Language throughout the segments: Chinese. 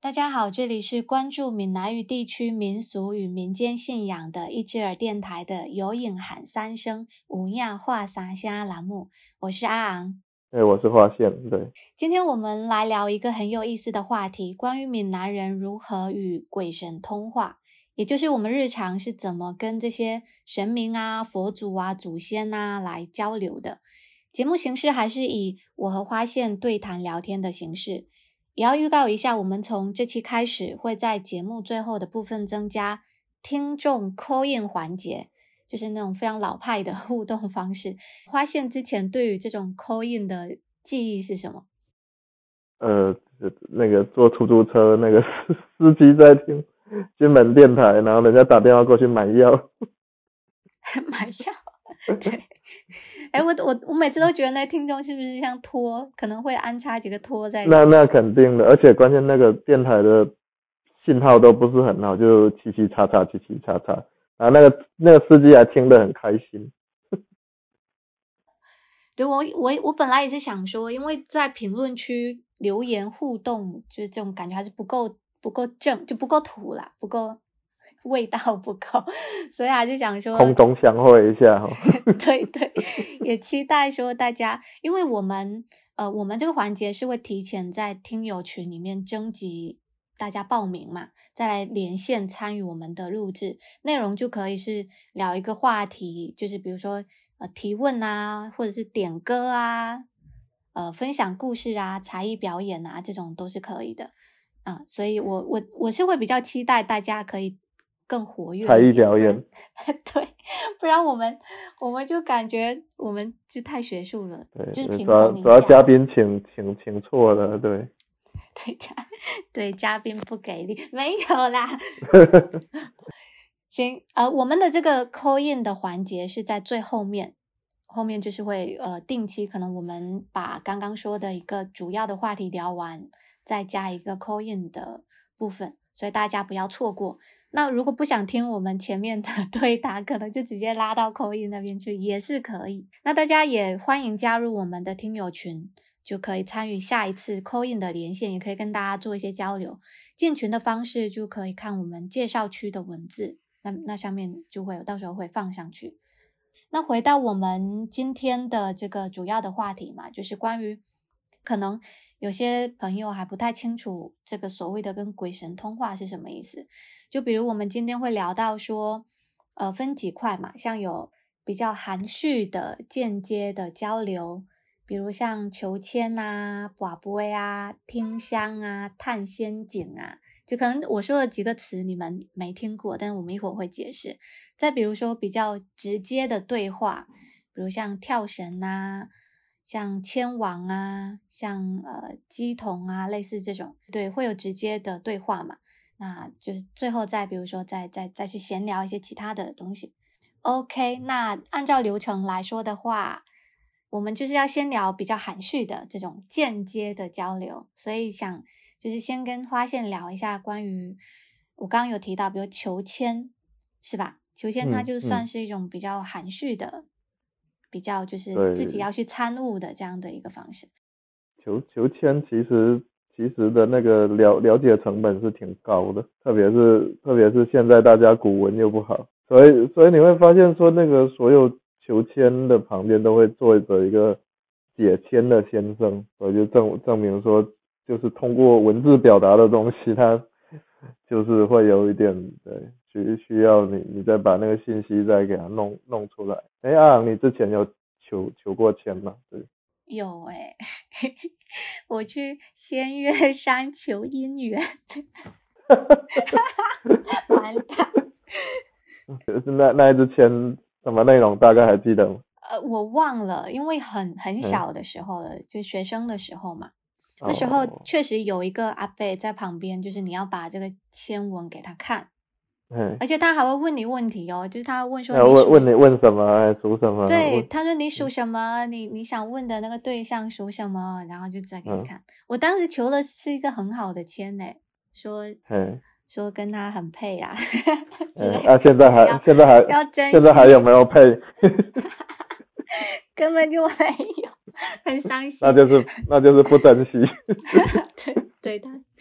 大家好，这里是关注闽南语地区民俗与民间信仰的一只耳电台的有影喊三声无恙话撒虾栏目，我是阿昂。 对，我是花线。对， 今天我们来聊一个很有意思的话题，关于闽南人如何与鬼神通话，也就是我们日常是怎么跟这些神明啊、佛祖啊、祖先啊来交流的。节目形式还是以我和花线对谈聊天的形式。也要预告一下，我们从这期开始会在节目最后的部分增加听众 call in 环节，就是那种非常老派的互动方式。花线之前对于这种 call in 的记忆是什么？ 那个坐出租车那个司机在听金门电台，然后人家打电话过去买药。 买药，对。我每次都觉得那听众是不是像托，可能会安插几个托在那肯定的，而且关键那个电台的信号都不是很好，就七七叉叉，然后那个司机还听得很开心。 对，我本来也是想说，因为在评论区留言互动，就是这种感觉还是不够正，就不够土啦，不够味道不够，所以还是想说空中相会一下对，也期待说大家，因为我们这个环节是会提前在听友群里面征集大家报名嘛，再来连线参与我们的录制，内容就可以是聊一个话题，就是比如说提问啊，或者是点歌啊，分享故事啊，才艺表演啊，这种都是可以的啊，所以我是会比较期待大家可以更活跃一点， 才艺表演对，不然我们就感觉我们就太学术了， 对， 就是平衡一下， 主要嘉宾请错了，对对嘉宾不给力，没有啦行，我们的这个 call in 的环节是在最后面就是会定期，可能我们把刚刚说的一个主要的话题聊完，再加一个 call in 的部分，所以大家不要错过。那如果不想听我们前面的对答，可能就直接拉到 call in 那边去也是可以。那大家也欢迎加入我们的听友群，就可以参与下一次 call in 的连线，也可以跟大家做一些交流。进群的方式就可以看我们介绍区的文字，那上面就会有，到时候会放上去。那回到我们今天的这个主要的话题嘛，就是关于可能有些朋友还不太清楚这个所谓的跟鬼神通话是什么意思。就比如我们今天会聊到说分几块嘛，像有比较含蓄的间接的交流，比如像求签啊、跋杯啊、听香啊、探仙井啊，就可能我说的几个词你们没听过，但是我们一会儿会解释。再比如说比较直接的对话，比如像跳绳啊，像签王啊，像鸡童啊，类似这种，对，会有直接的对话嘛。那就是最后再比如说再去闲聊一些其他的东西。OK， 那按照流程来说的话，我们就是要先聊比较含蓄的这种间接的交流，所以想就是先跟花线聊一下关于我刚刚有提到，比如求签是吧？求签它就算是一种比较含蓄的，比较就是自己要去参悟的这样的一个方式。 求签其实的那个了解成本是挺高的，特别是现在大家古文又不好，所以你会发现说那个所有求签的旁边都会坐着一个解签的先生，所以就证明说就是通过文字表达的东西，它就是会有一点对需要你再把那个信息再给它弄出来。你之前有求过签吗？对。 有我去仙岳山求姻缘完蛋那一支签什么内容大概还记得吗？ 我忘了，因为很小的时候了，就学生的时候嘛，那时候确实有一个阿伯在旁边，就是你要把这个签文给他看，而且他还会问你问题就是他会问说你问什么属什么， 对，他说你属什么，你想问的那个对象属什么，然后就再给你看。我当时求的是一个很好的签说跟他很配啊现在还有没有配根本就没有，很伤心， 那就是不珍惜对他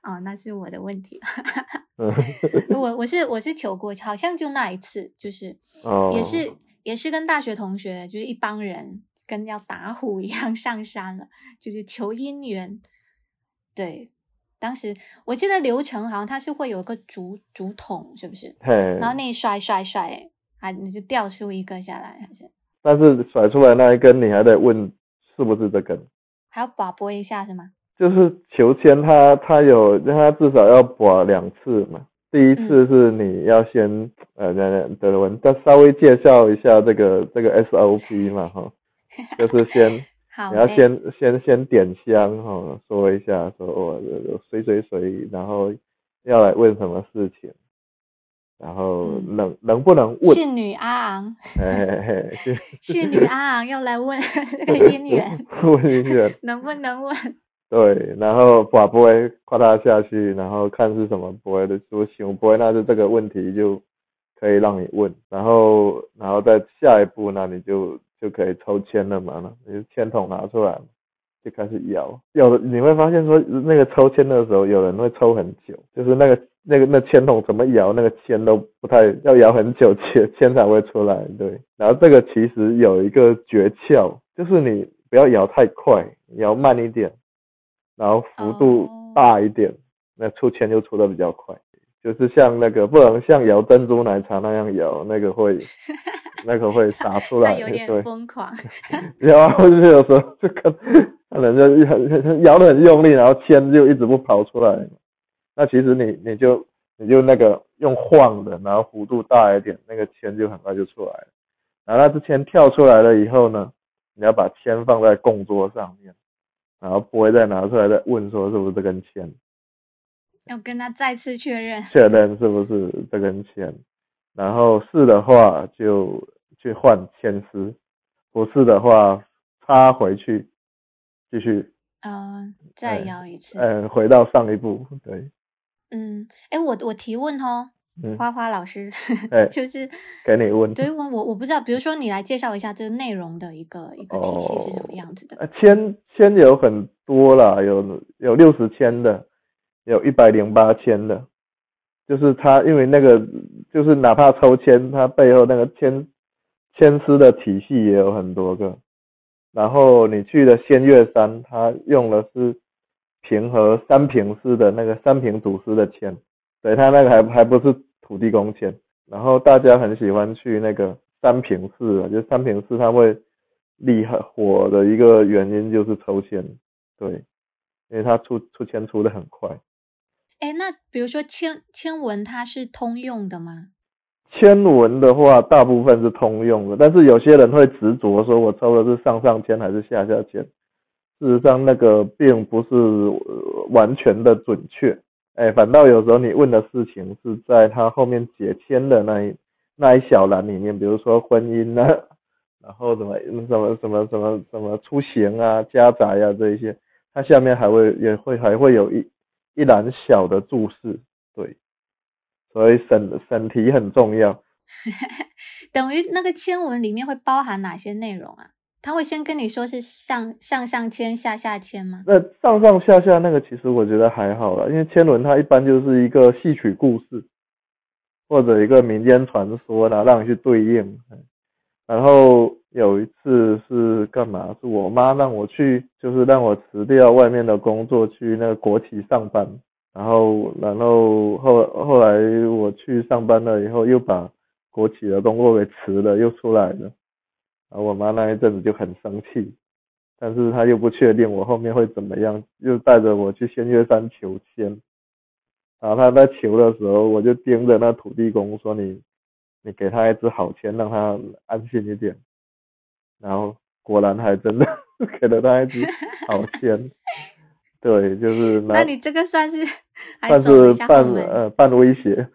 哦，那是我的问题。 嗯， 我是求过，好像就那一次，就是哦， 也是跟大学同学，就是一帮人跟要打虎一样上山了，就是求姻缘。对，当时我记得流程好像它是会有一个竹筒，是不是？然后嘿， 那一甩，啊，你就掉出一个下来，还是但是甩出来那一根你还得问是不是这根， 还要把拨一下是吗？ 就是求签它至少要拔2次嘛。第一次是你要先德文再稍微介绍一下这个 SOP 嘛哈，就是你要好的， 先点香哈，说一下说谁，然后要来问什么事情，然后能不能问， 侍女阿昂， 嘿， 侍女阿昂要来问这个姻缘问姻缘， 能不能问？ 对，然后把不会夸他下去，然后看是什么不会的，说行不会，那就这个问题就可以让你问，然后再下一步，那你就可以抽签了嘛，你就签筒拿出来，就开始摇。有的你会发现说，那个抽签的时候，有人会抽很久，就是那签筒怎么摇，那个签都不太要摇很久，签才会出来。对，然后这个其实有一个诀窍，就是你不要摇太快，摇慢一点。然后幅度大一点，那出签就出的比较快。就是像那个不能像摇珍珠奶茶那样摇，那个会洒出来， 他有点对。 疯狂。 然后就是有时候就可能就摇得很用力，然后签就一直不跑出来。那其实你就那个用晃的，然后幅度大一点，那个签就很快就出来了。然后那支签跳出来了以后呢，你要把签放在供桌上面。然后不会再拿出来再问说是不是这根签， 要跟他再次确认， 确认是不是这根签，然后是的话就去换签丝，不是的话插回去继续， 再摇一次。 回到上一步，对， 我提问哦，花花老师，就是给你问， 对我不知道，比如说你来介绍一下这个内容的一个体系是什么样子的？ 签有很多啦，有60签的，有108签的，就是它因为那个就是哪怕抽签，它背后那个签丝的体系也有很多个。然后你去的仙岳山，它用的是平和三平式的那个三平祖师的签，对，它那个还不是土地公签。然后大家很喜欢去那个三平寺，就三平寺它会厉害火的一个原因就是抽签，对，因为它出签出的很快。 那比如说签文它是通用的吗？ 签文的话，大部分是通用的，但是有些人会执着说，我抽的是上签还是下签。事实上，那个并不是完全的准确。反倒有时候你问的事情是在他后面解签的那一小栏里面，比如说婚姻啊，然后什么出行啊、家宅啊这一些，它下面还会有一栏小的注释，对。所以审题很重要。 等于那个签文里面会包含哪些内容啊？他会先跟你说是上签、下签吗？ 那上下那个其实我觉得还好啦，因为签文它一般就是一个戏曲故事或者一个民间传说啦，让你去对应。然后有一次是干嘛？是我妈让我去，就是让我辞掉外面的工作去那个国企上班。然后后来我去上班了以后，又把国企的工作给辞了，又出来了。然后我妈那一阵子就很生气，但是她又不确定我后面会怎么样，又带着我去仙岳山求签。然后她在求的时候，我就盯着那土地公说：“你给他一支好签，让他安心一点。”然后果然还真的给了他一支好签。对，就是那你这个算是算是半威胁，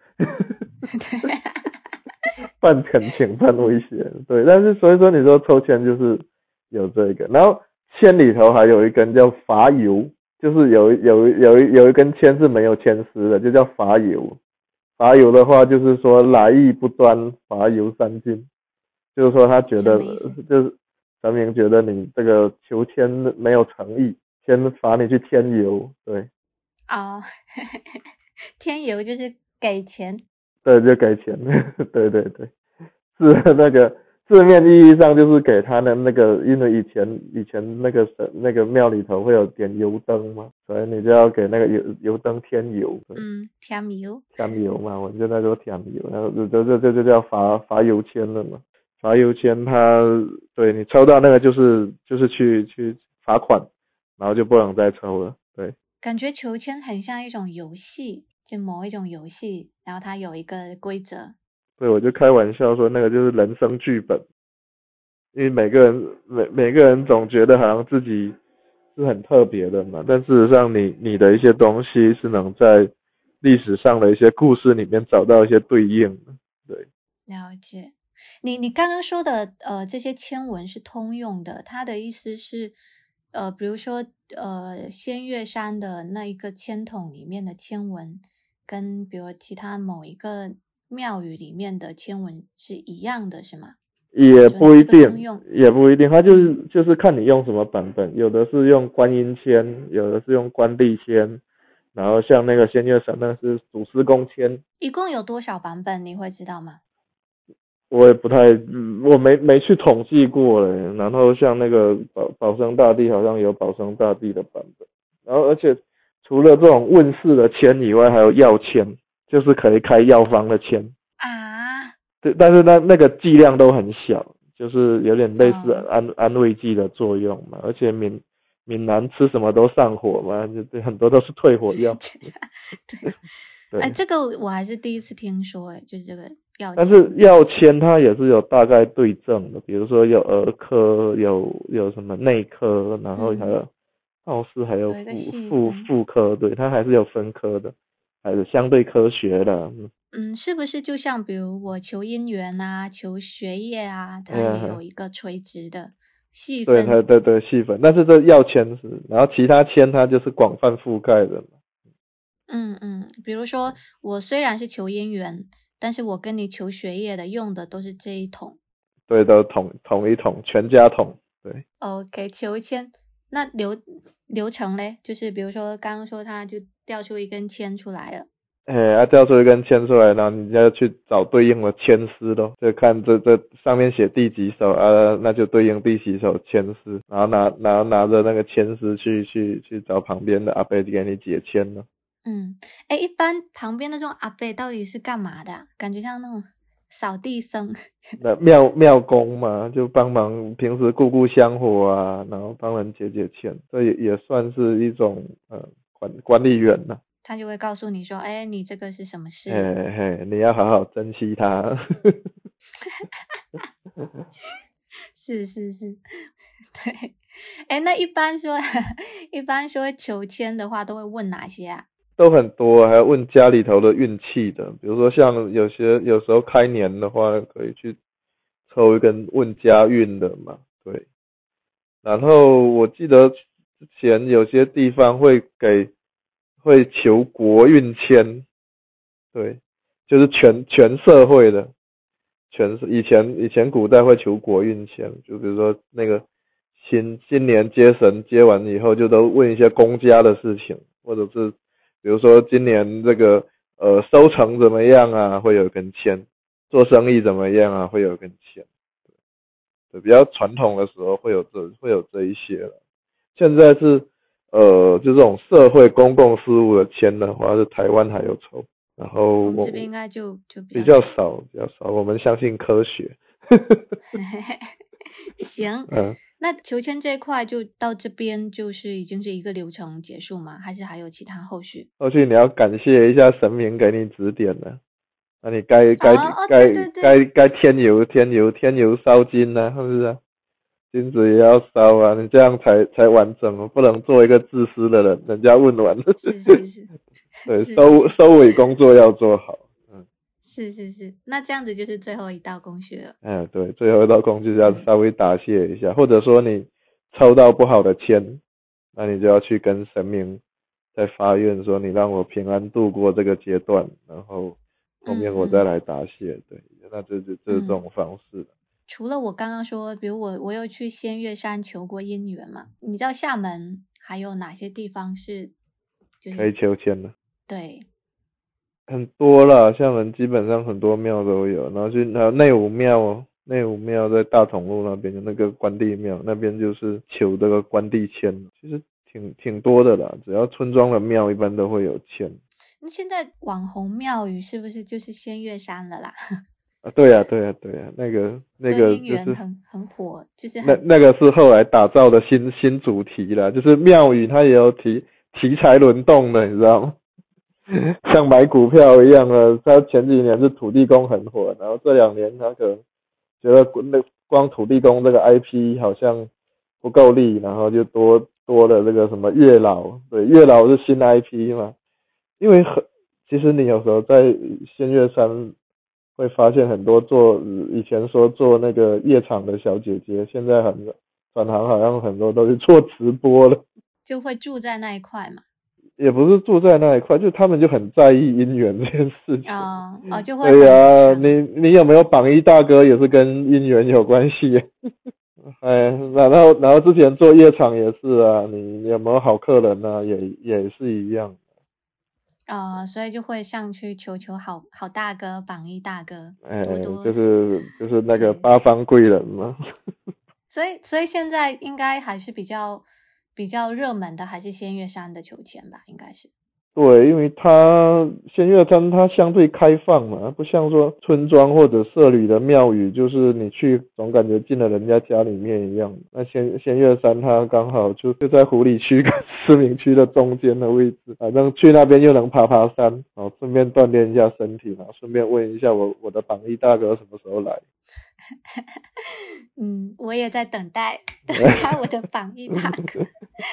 半恳请半威胁，对。但是所以说你说抽签就是有这个，然后签里头还有一根叫伐油，就是有一根签是没有签丝的，就叫伐油。伐油的话就是说来意不端，伐油三斤，就是说他觉得就是神明觉得你这个求签没有诚意，先罚你去添油，对。 哦，添油就是给钱。 对，就给钱。对对对，是那个字面意义上就是给他的那个，因为以前那个庙里头会有点油灯嘛，所以你就要给那个油灯添油。 添油。 添油嘛，我们就那时候添油，然后就叫罚油签了嘛。罚油签对你抽到那个就是去罚款，然后就不能再抽了。对， 感觉求签很像一种游戏，就某一种游戏，然后它有一个规则。 对，我就开玩笑说那个就是人生剧本，因为每个人总觉得好像自己是很特别的嘛，但事实上你的一些东西是能在历史上的一些故事里面找到一些对应的。对， 了解。你刚刚说的这些签文是通用的，它的意思是比如说仙岳山的那一个签筒里面的签文，跟比如其他某一个庙宇里面的签文是一样的，是吗？ 也不一定，它嗯就是看你用什么版本，有的是用观音签，有的是用观地签，然后像那个仙岳山那是祖师公签。 一共有多少版本？你会知道吗？ 我也不太，我没去统计过嘞。然后像那个保生大帝好像有保生大帝的版本，然后而且除了这种问世的签以外，还有药签，就是可以开药方的签。 啊， 对，但是那个剂量都很小，就是有点类似哦， 安慰剂的作用嘛。而且闽南吃什么都上火嘛，就很多都是退火药。 对， 对， 这个我还是第一次听说，就是这个药但是签。 药签它也是有大概对症的，比如说有儿科，有什么内科，然后还有道士，还有有一个细妇分。 妇科，对，它还是有分科的，还是相对科学的。 是不是就像比如我求姻缘啊，求学业啊，它也有嗯， 一个垂直的细对，它分？ 对细分，但是这药签是，然后其他签它就是广泛覆盖的嘛。 比如说我虽然是求姻缘，但是我跟你求学业的用的都是这一桶。 对，都统一统，全家统。对， OK，求签。那流程嘞，就是比如说刚刚说他就掉出一根签出来了。 调出一根签出来，然后你就要去找对应的签诗咯，就看这上面写第几首啊，那就对应第几首签诗，然后拿着那个签诗去找旁边的阿伯给你解签咯。 一般旁边的这种阿伯到底是干嘛的啊？感觉像那种扫地僧。 那庙公嘛，就帮忙平时顾香火啊，然后帮人解签，这也算是一种管理员呐。 他就会告诉你说，你这个是什么事？ 你要好好珍惜它。 是是是，对。那一般说一般说求签的话，都会问哪些啊？ 都很多，还要问家里头的运气的，比如说像有时候开年的话，可以去抽一根问家运的嘛，对。然后我记得之前有些地方会求国运签，对，就是全社会的，以前古代会求国运签，就比如说那个新年接神接完以后，就都问一些公家的事情，或者是比如说今年这个收成怎么样啊，会有一根签；做生意怎么样啊，会有一根签。对，比较传统的时候会有这一些了。现在是就这种社会公共事务的签的话，是台湾还有抽，然后我们这边应该就比比较少。 较少，比较少。我们相信科学。 行，那求签这一块就到这边，就是已经是一个流程结束吗？还是还有其他后续？ 后续你要感谢一下神明给你指点了，那你对对对。 该添油烧金呢、是不是啊？金子也要烧啊，你这样才完整哦，不能做一个自私的人。人家问完了， 是是是。 对， 是是是收尾工作要做好。 是是是，那这样子就是最后一道工序了。 对，最后一道工就是要稍微答谢一下，或者说你抽到不好的签，那你就要去跟神明再发愿说，你让我平安度过这个阶段，然后后面我再来答谢。对，那这是这种方式。 除了我刚刚说，比如我有去仙岳山求过姻缘嘛，你知道厦门还有哪些地方是可以求签的。 对， 很多啦，厦门基本上很多庙都有，然后还有内武庙，内武庙在大同路那边的那个关帝庙，那边就是求这个关帝签，其实挺多的啦，只要村庄的庙一般都会有签。 那现在网红庙宇是不是就是仙乐山了啦？ 啊，对呀，那个姻就是缘很火，就是那个是后来打造的新主题啦，就是庙宇它也有题材轮动的，你知道吗？像买股票一样的，他前几年是土地公很火，然后这2年他可能觉得光土地公这个 IP 好像不够力，然后就多了这个什么月老，对，月老是新 IP 嘛，因为其实你有时候在仙乐山会发现很多以前说做那个夜场的小姐姐，现在转行好像很多都是做直播了， 就会住在那一块嘛。 也不是住在那一块，就他们就很在意姻缘这件事情。 就会对呀，你有没有榜一大哥也是跟姻缘有关系。哎，然后之前做夜场也是啊，你有没有好客人啊，也是一样。 所以就会上去求好大哥、榜一大哥，多就是那个八方贵人嘛。 所以现在应该还是比较热门的，还是仙乐山的求签吧，应该是。 对，因为仙乐山它相对开放嘛，不像说村庄或者社里的庙宇，就是你去总感觉进了人家家里面一样。那仙乐山它刚好就在湖里区跟思明区的中间的位置，反正去那边又能爬山，然后顺便锻炼一下身体嘛，顺便问一下我的榜一大哥什么时候来。 我也在等待我的榜一大哥。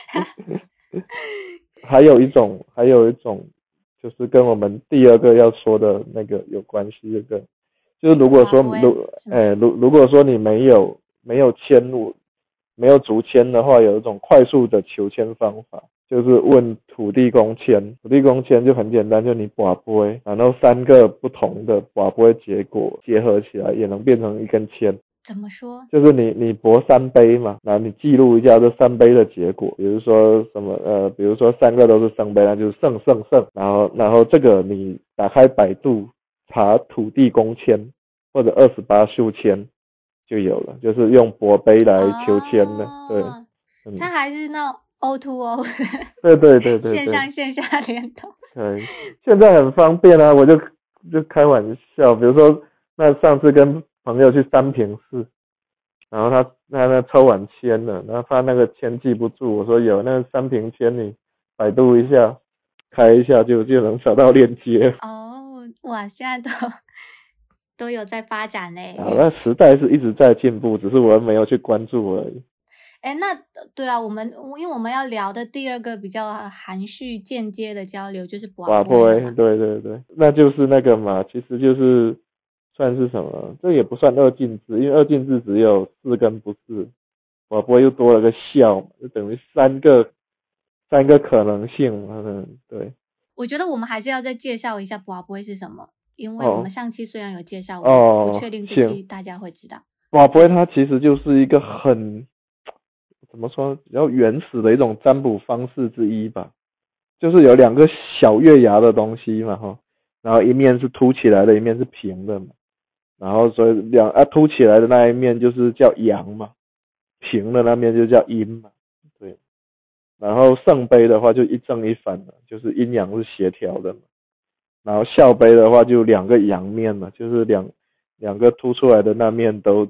还有一种就是跟我们第二个要说的那个有关系，这个就是如果说你没有签入没有竹签的话，有一种快速的求签方法，就是问土地公签。土地公签就很简单，就你跋杯，然后3个不同的跋杯结果结合起来，也能变成一根签。 怎么说？ 就是你博3杯嘛，然后你记录一下这3杯的结果，比如说比如说3个都是圣杯，那就是圣，然后这个你打开百度查土地公签或者28宿签就有了，就是用博杯来求签的，对， 它还是那 O2O， 对， 线上线下联动， 对，现在很方便啊，我就开玩笑，比如说那上次跟朋友去三平寺。然后他抽完签了，然后他那个签记不住，我说有那个3瓶签，你百度一下，开一下就能找到链接。 哇，现在都有在发展嘞。 那时代是一直在进步，只是我们没有去关注而已。 那对啊，因为我们要聊的第二个比较含蓄间接的交流就是跋杯， 对，那就是那个嘛，其实就是算是什么？这也不算二进制，因为二进制只有是跟不是，跋杯又多了个笑嘛，就等于三个可能性嘛。对。 我觉得我们还是要再介绍一下跋杯是什么，因为我们上期虽然有介绍，我不确定这期大家会知道。 跋杯它其实就是一个怎么说比较原始的一种占卜方式之一吧，就是有2个小月牙的东西嘛，然后一面是凸起来的，一面是平的嘛，然后所以凸起来的那一面就是叫阳嘛，平的那面就叫阴嘛，对。然后圣杯的话就一正一反的，就是阴阳是协调的嘛。然后笑杯的话就2个阳面嘛，就是两个凸出来的那面都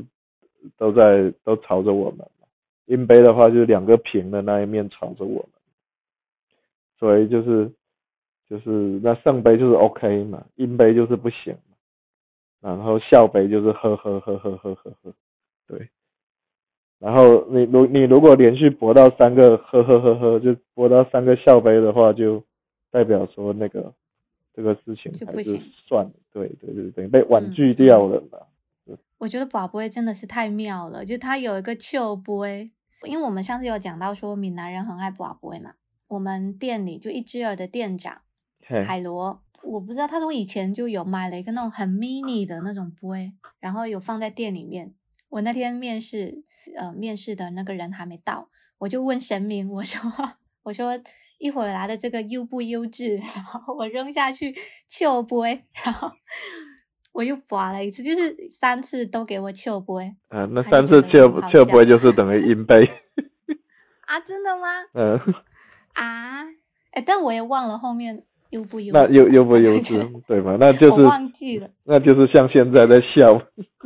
朝着我们。阴杯的话就是2个平的那一面朝着我们，所以就是那圣杯就是 OK 嘛，阴杯就是不行嘛，然后笑杯就是呵，对。然后你如果连续博到3个呵，就博到3个笑杯的话，就代表说那个这个事情还是算了，对，等于被婉拒掉了嘛。 我觉得跋杯真的是太妙了，就它有一个笑杯，因为我们上次有讲到说闽南人很爱跋杯嘛，我们店里就一只耳的店长海螺，我不知道他从以前就有买了一个那种很 mini 的那种杯，然后有放在店里面。我那天面试的那个人还没到，我就问神明，我说一会儿来的这个优不优质，然后我扔下去笑杯，然后我又拔了一次，就是3次都给我笑杯。 那3次笑杯就是等于阴杯。 啊，真的吗？啊，但我也忘了后面优不优质。 那优不优质，对吗？那就是我忘记了。 那就是像现在在笑。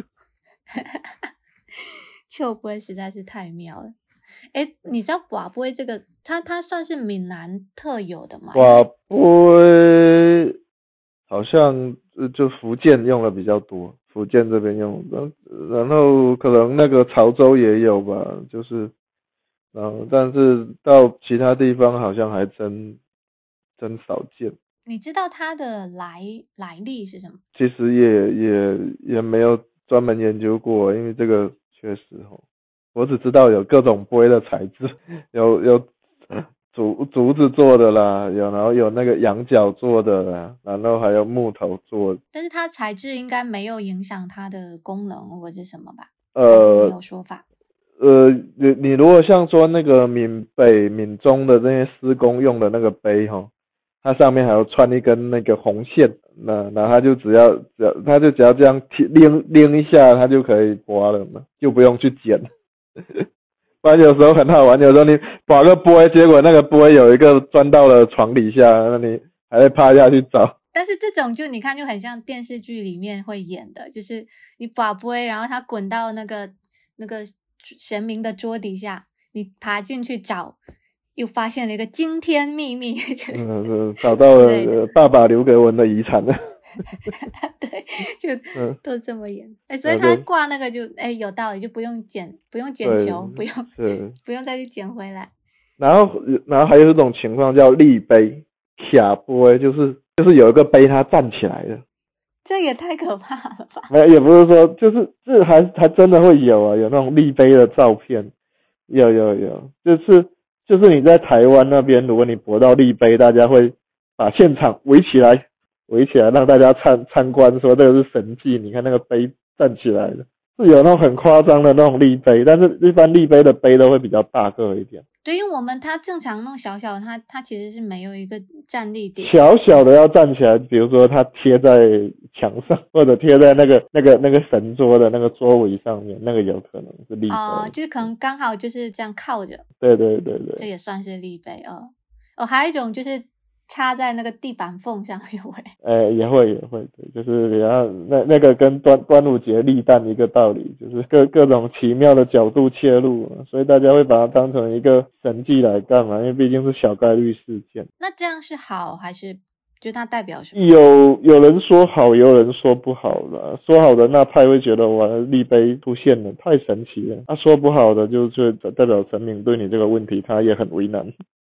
笑杯实在是太妙了。你知道拔杯这个，它算是闽南特有的吗？ 拔杯好像就福建用的比较多，福建这边用，然后可能那个潮州也有吧，就是但是到其他地方好像还真少见。 你知道它的来历是什么？ 其实也没有专门研究过，因为这个确实我只知道有各种杯的材质，有竹子做的啦，然后有那个羊角做的啦，然后还有木头做的。 但是它材质应该没有影响它的功能或者什么吧？还是没有说法？ 你如果像说那个闽北、闽中的那些施工用的那个杯它上面还有穿一根那个红线，那它就只要这样拎一下，它就可以刮了嘛，就不用去捡。不然有时候很好玩，有时候你拔个杯，结果那个杯有一个钻到了床底下，那你还会趴下去找。 但是这种就你看就很像电视剧里面会演的，就是你拔杯，然后它滚到那个神明的桌底下，你爬进去找，又发现了一个惊天秘密， 找到了爸爸留给我们的遗产了。 对，就都这么演。所以他挂那个就有道理，就不用捡球，不用再去捡回来。 然后还有一种情况叫立杯卡杯，就是有一个杯它站起来了。 这也太可怕了吧？ 没有，也不是说，就是这还真的会有啊，有那种立杯的照片，有，就是你在台湾那边，如果你博到立杯，大家会把现场围起来让大家参观，说这个是神迹，你看那个杯站起来了，是有那种很夸张的那种立杯，但是一般立杯的杯都会比较大个一点。 对，因为它正常那种小小的，它其实是没有一个站立点。 小小的要站起来，比如说它贴在墙上，或者贴在那个神桌的那个桌尾上面，那个有可能是立杯。 就是可能刚好就是这样靠着。对，这也算是立杯还有一种就是插在那个地板缝上，也会，对，就是你要那个跟端午节立蛋一个道理，就是各种奇妙的角度切入，所以大家会把它当成一个神迹来干嘛？因为毕竟是小概率事件。 那这样是好还是就它代表什么？ 有人说好，也有人说不好了。说好的那派会觉得哇，立杯出现了，太神奇了。说不好的就是代表神明对你这个问题他也很为难。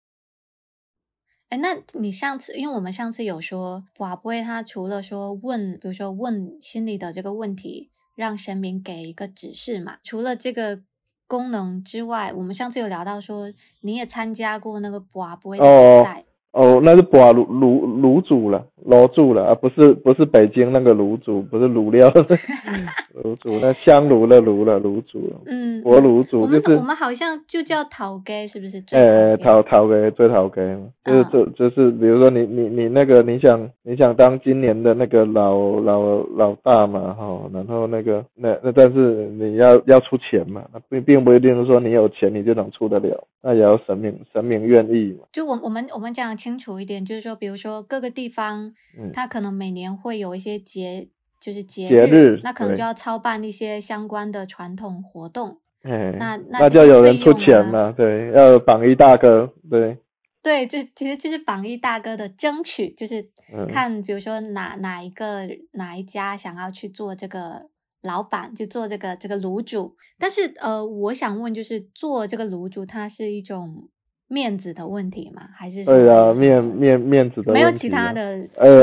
那你上次，因为我们上次有说拔杯，他除了说比如说问心里的这个问题，让神明给一个指示嘛，除了这个功能之外，我们上次有聊到说你也参加过那个拔杯的比赛。 那是拔卤煮了，卤煮了，不是北京那个卤煮，不是卤料的卤煮，那香炉的卤了，卤煮了。博卤煮我们好像就叫头家，是不是？ 头家最头家，就是比如说你那个你想当今年的那个老大嘛然后那但是你要出钱嘛，并不一定说你有钱你就能出得了，那也要神明愿意嘛。 就我们讲清楚一点，就是说比如说各个地方它可能每年会有一些节日，那可能就要操办一些相关的传统活动。那就有人出钱嘛，对，要有榜一大哥， 对，其实就是榜一大哥的争取，就是看比如说哪一家想要去做这个老板，就做这个卤煮。但是我想问，就是做这个卤煮，它是一种面子的问题吗？还是对啊，面子的问题没有其他的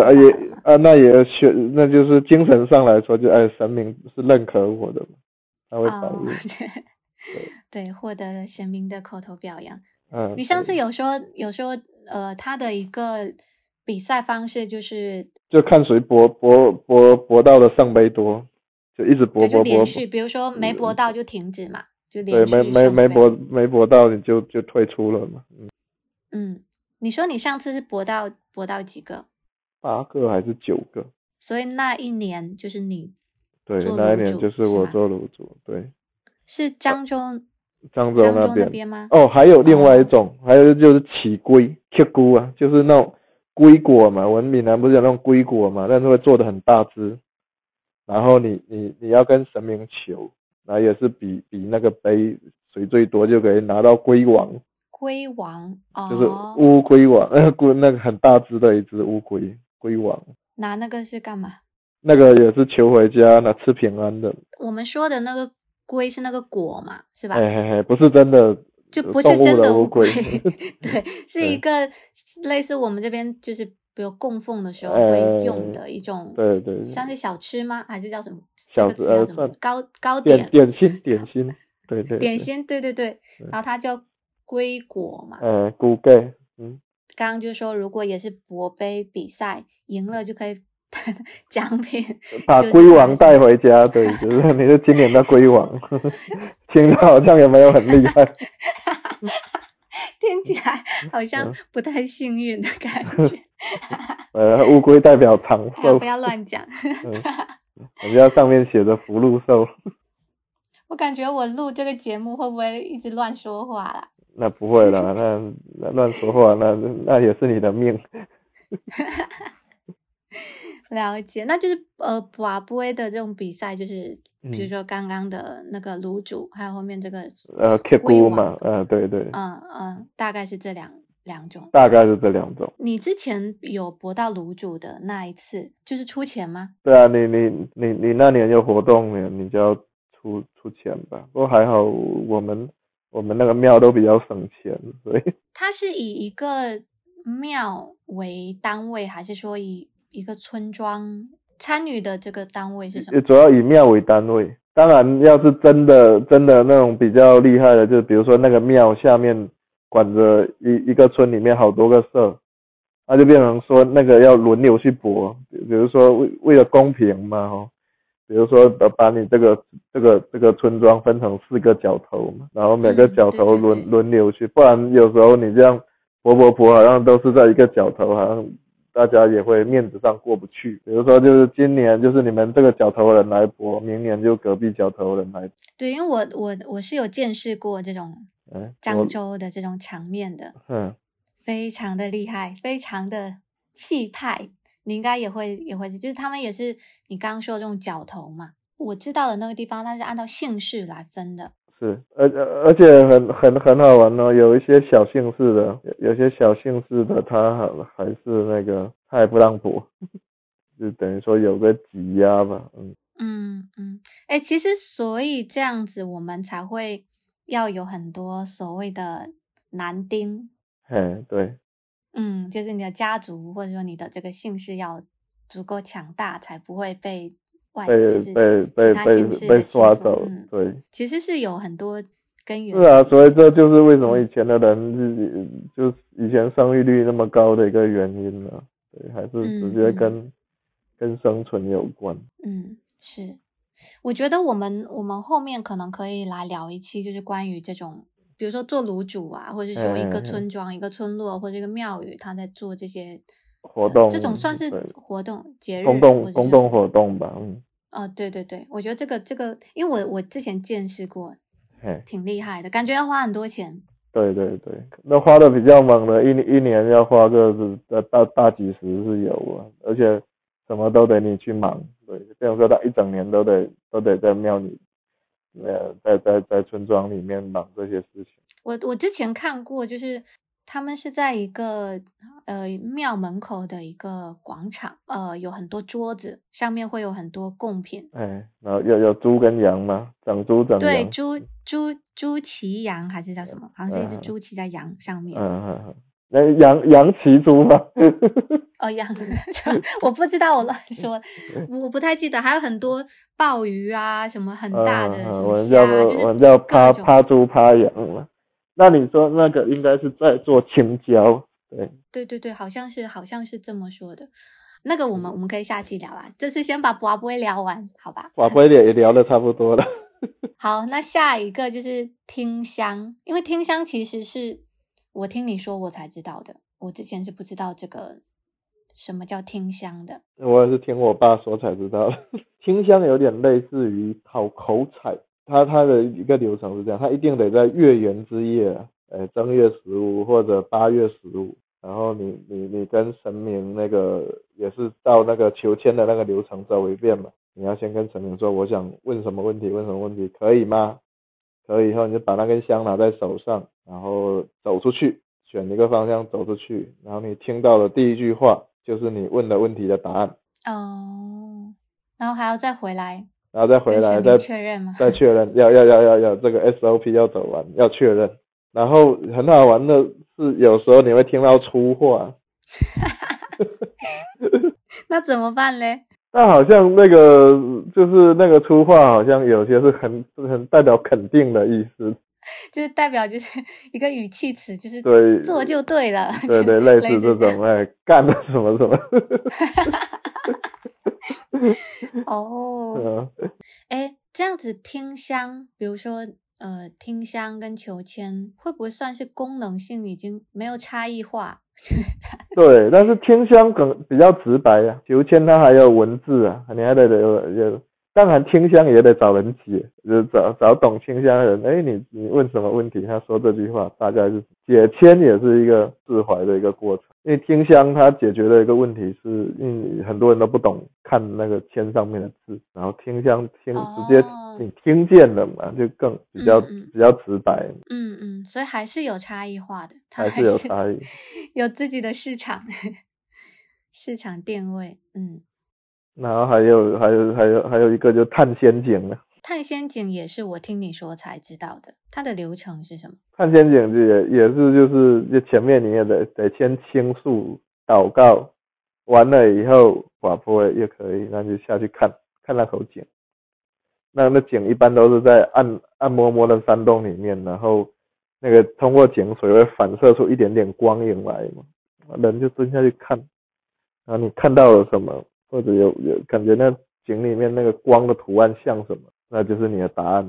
那就是精神上来说，就神明是认可我的嘛，他会保佑。 对，获得了神明的口头表扬。你上次有说他的一个比赛方式就看谁博到的圣杯多，就一直博， 就连续，比如说没博到就停止嘛，就连续对，没博到你就退出了嘛。 你说你上次是博到几个 ？8个还是9个？ 所以那一年就是你对， 做那一年卤煮就是我吗做卤煮，对， 是漳州漳州那边。 那边吗？ 哦，还有另外一种，还有就是起龟切菇啊，就是那种龟果嘛，我们闽南不是有那种龟果嘛，但是会做的很大只，然后你要跟神明求，然后也是比那个杯水最多就可以拿到龟王。 龟王就是乌龟王，那个很大只的一只乌龟，龟王。 拿那个是干嘛？ 那个也是求回家，拿吃平安的。 我们说的那个龟是那个果嘛，是吧？ 不是真的， 就不是真的乌龟，对，是一个类似我们这边就是比如供奉的时候会用的一种， 对对， 像是小吃吗？还是叫什么？ 这个词叫什么？糕点心，对对， 点心，对，然后它叫龟果嘛。 菇盖， 刚刚就说，如果也是博杯比赛赢了，就可以奖品把龟王带回家。对，就是你是今年的龟王，听着好像也没有很厉害， 听起来好像不太幸运的感觉。 乌龟代表长寿， 不要乱讲。 人家上面写着福禄寿。 我感觉我录这个节目会不会一直乱说话啦？ 那不会啦，那乱说话，那也是你的命。 了解，那就是拔杯的这种比赛，就是比如说刚刚的那个卤煮，还有后面这个切菇嘛，对对， 大概是这两种， 大概是这2种。 你之前有博到卤煮的那一次，就是出钱吗？ 对啊，你那年有活动呢，你就要出钱吧。不过还好，我们那个庙都比较省钱，所以它是以一个庙为单位，还是说以一个村庄参与的这个单位是什么？ 主要以庙为单位。当然，要是真的那种比较厉害的，就比如说那个庙下面管着一个村里面好多个社，那就变成说那个要轮流去博。比如说为了公平嘛，比如说把你这个村庄分成4个角头嘛，然后每个角头轮流去，不然有时候你这样博好像都是在一个角头，好像大家也会面子上过不去。比如说就是今年就是你们这个角头人来博，明年就隔壁角头人来。 对，因为我是有见识过这种漳州的这种场面的，非常的厉害，非常的气派。你应该也会，就是他们也是你刚刚说的这种角头嘛。我知道的那个地方，它是按照姓氏来分的。 是，而且很好玩哦。有一些小姓氏的，有些小姓氏的，他还是那个，他也不让博，就等于说有个挤压吧。 其实所以这样子，我们才会要有很多所谓的男丁。 对。 就是你的家族或者说你的这个姓氏要足够强大，才不会被就是其他姓氏的刷走。对， 其实是有很多根源。 是啊，所以这就是为什么以前的人就以前生育率那么高的一个原因了。对，还是直接跟生存有关。 是，我觉得我们后面可能可以来聊一期，就是关于这种。比如说做卤煮啊，或者是说一个村庄、一个村落或者一个庙宇，他在做这些活动， 这种算是活动、节日、 公动活动吧。 对，我觉得这个，因为我之前见识过，挺厉害的，感觉要花很多钱。对， 那花的比较猛的，一年要花个大几十是有啊，而且什么都得你去忙。对，这样说他一整年都得在庙里。在村庄里面忙这些事情。 我之前看过，就是他们是在一个庙门口的一个广场，有很多桌子，上面会有很多贡品。 然后有猪跟羊吗？长猪长羊。 对，猪骑羊还是叫什么？好像是一只猪骑在羊上面。 那羊骑猪吗？ 羊，我不知道，我乱说，我不太记得。还有很多鲍鱼啊，什么很大的什么虾， 我们叫趴猪趴羊嘛。那你说那个应该是在做青椒， 对，好像是这么说的。那个我们可以下期聊啦，这次先把拔杯聊完，好吧？ 拔杯也聊得差不多了。 好，那下一个就是听香，因为听香其实是我听你说我才知道的。 我之前是不知道这个什么叫听香的。 我也是听我爸说才知道的。听香有点类似于讨口彩，它的一个流程是这样，它一定得在月圆之夜，正月15或者8月15，然后你跟神明那个也是到那个求签的那个流程走一遍嘛，你要先跟神明说我想问什么问题，问什么问题，可以吗？可以以后你就把那根香拿在手上，然后走出去，选一个方向走出去，然后你听到的第一句话就是你问的问题的答案。 哦，然后还要再回来， 然后再回来再确认吗？ 再确认，要这个 SOP 要走完，要确认。然后很好玩的是，有时候你会听到粗话， 那怎么办嘞？ 但好像那个就是那个粗话，好像有些是很代表肯定的意思， 就是代表就是一个语气词，就是对， 做就对了。 对对，类似这种，干了什么什么。 哦，这样子听香，比如说听香跟求签，会不会算是功能性已经没有差异化？ 对，但是听香比较直白啊，求签它还有文字啊，你还得有，当然听香也得找人解，就是找懂听香的人，你问什么问题，他说这句话大概是解签也是一个释怀的一个过程，因为听香它解决的一个问题是，因为很多人都不懂看那个签上面的字，然后听香直接你听见了嘛，就更比较直白。 所以还是有差异化的，它还是有差异， 有自己的市场定位。 然后还有一个就探仙井了。 探仙井也是我听你说才知道的，它的流程是什么？ 探仙井也是就是前面你也得先倾诉祷告，完了以后划破也可以，那就下去看那口井。那井一般都是在暗摸摸的山洞里面，然后那个通过井水会反射出一点点光影来嘛，人就蹲下去看，然后你看到了什么，或者有感觉那井里面那个光的图案像什么，那就是你的答案。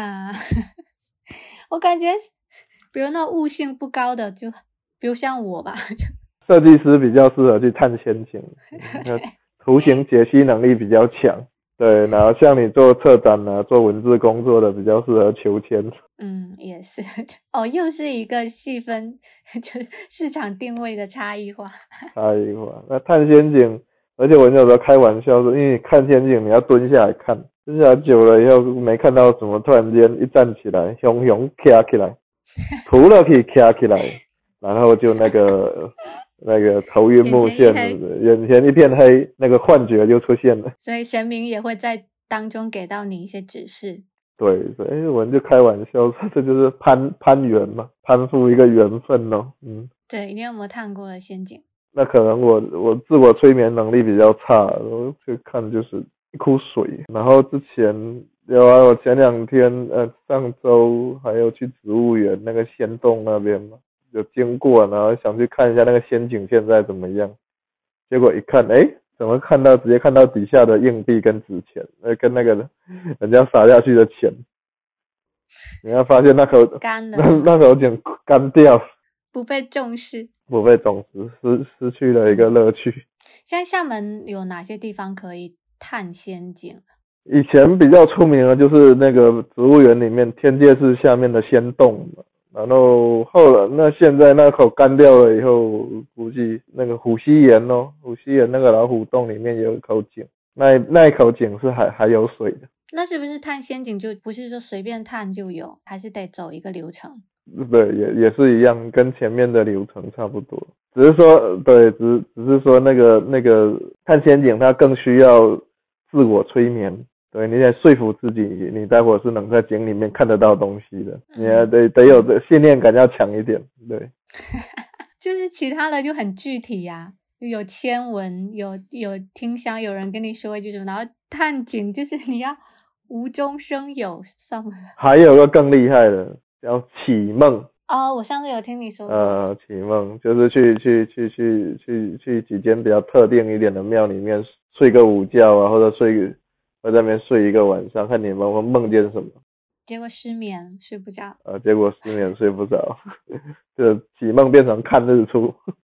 我感觉比如那悟性不高的，就比如像我吧， 设计师比较适合去探仙井，图形解析能力比较强。对，然后像你做策展啊，做文字工作的比较适合求签。 也是又是一个细分，就是市场定位的差异化。 那探仙井，而且我有时候开玩笑说，因为看仙井你要蹲下来看，蹲下来久了以后没看到什么，突然间一站起来，熊站起来，涂了可以站起来，然后就那个头晕目眩，眼前一片黑，那个幻觉就出现了。 所以神明也会在当中给到你一些指示。 对，所以我们就开玩笑说，这就是攀缘嘛，攀附一个缘分咯。 对，你有没有探过仙井？ 那可能我自我催眠能力比较差，我去看就是一壶水，然后之前我前2天上周还有去植物园那个仙洞那边嘛，有经过，然后想去看一下那个仙井现在怎么样，结果一看，怎么直接看到底下的硬币跟纸钱，跟那个人家撒下去的钱，你要发现那口井干掉， 不被重视， 失去了一个乐趣。 现在厦门有哪些地方可以探仙井？ 以前比较出名的就是那个植物园里面天界寺下面的仙洞，然后后来那现在那口干掉了以后，估计那个虎溪岩那个老虎洞里面也有一口井，那一口井是还有水的。 那是不是探仙井就不是说随便探就有，还是得走一个流程？ 对，也是一样，跟前面的流程差不多，只是说对，只是说那个探仙井它更需要自我催眠。对，你得说服自己，你待会是能在井里面看得到东西的，你还得有的信念感要强一点，对。 就是其他的就很具体呀，有签文，有听香，有人跟你说一句什么，然后探井就是你要无中生有，算不算？ 还有个更厉害的叫启梦。 我上次有听你说过。 启梦就是去几间比较特定一点的庙里面睡个午觉啊，或者在那边睡一个晚上，看你们会梦见什么。 结果失眠睡不着。 结果失眠睡不着，就启梦变成看日出。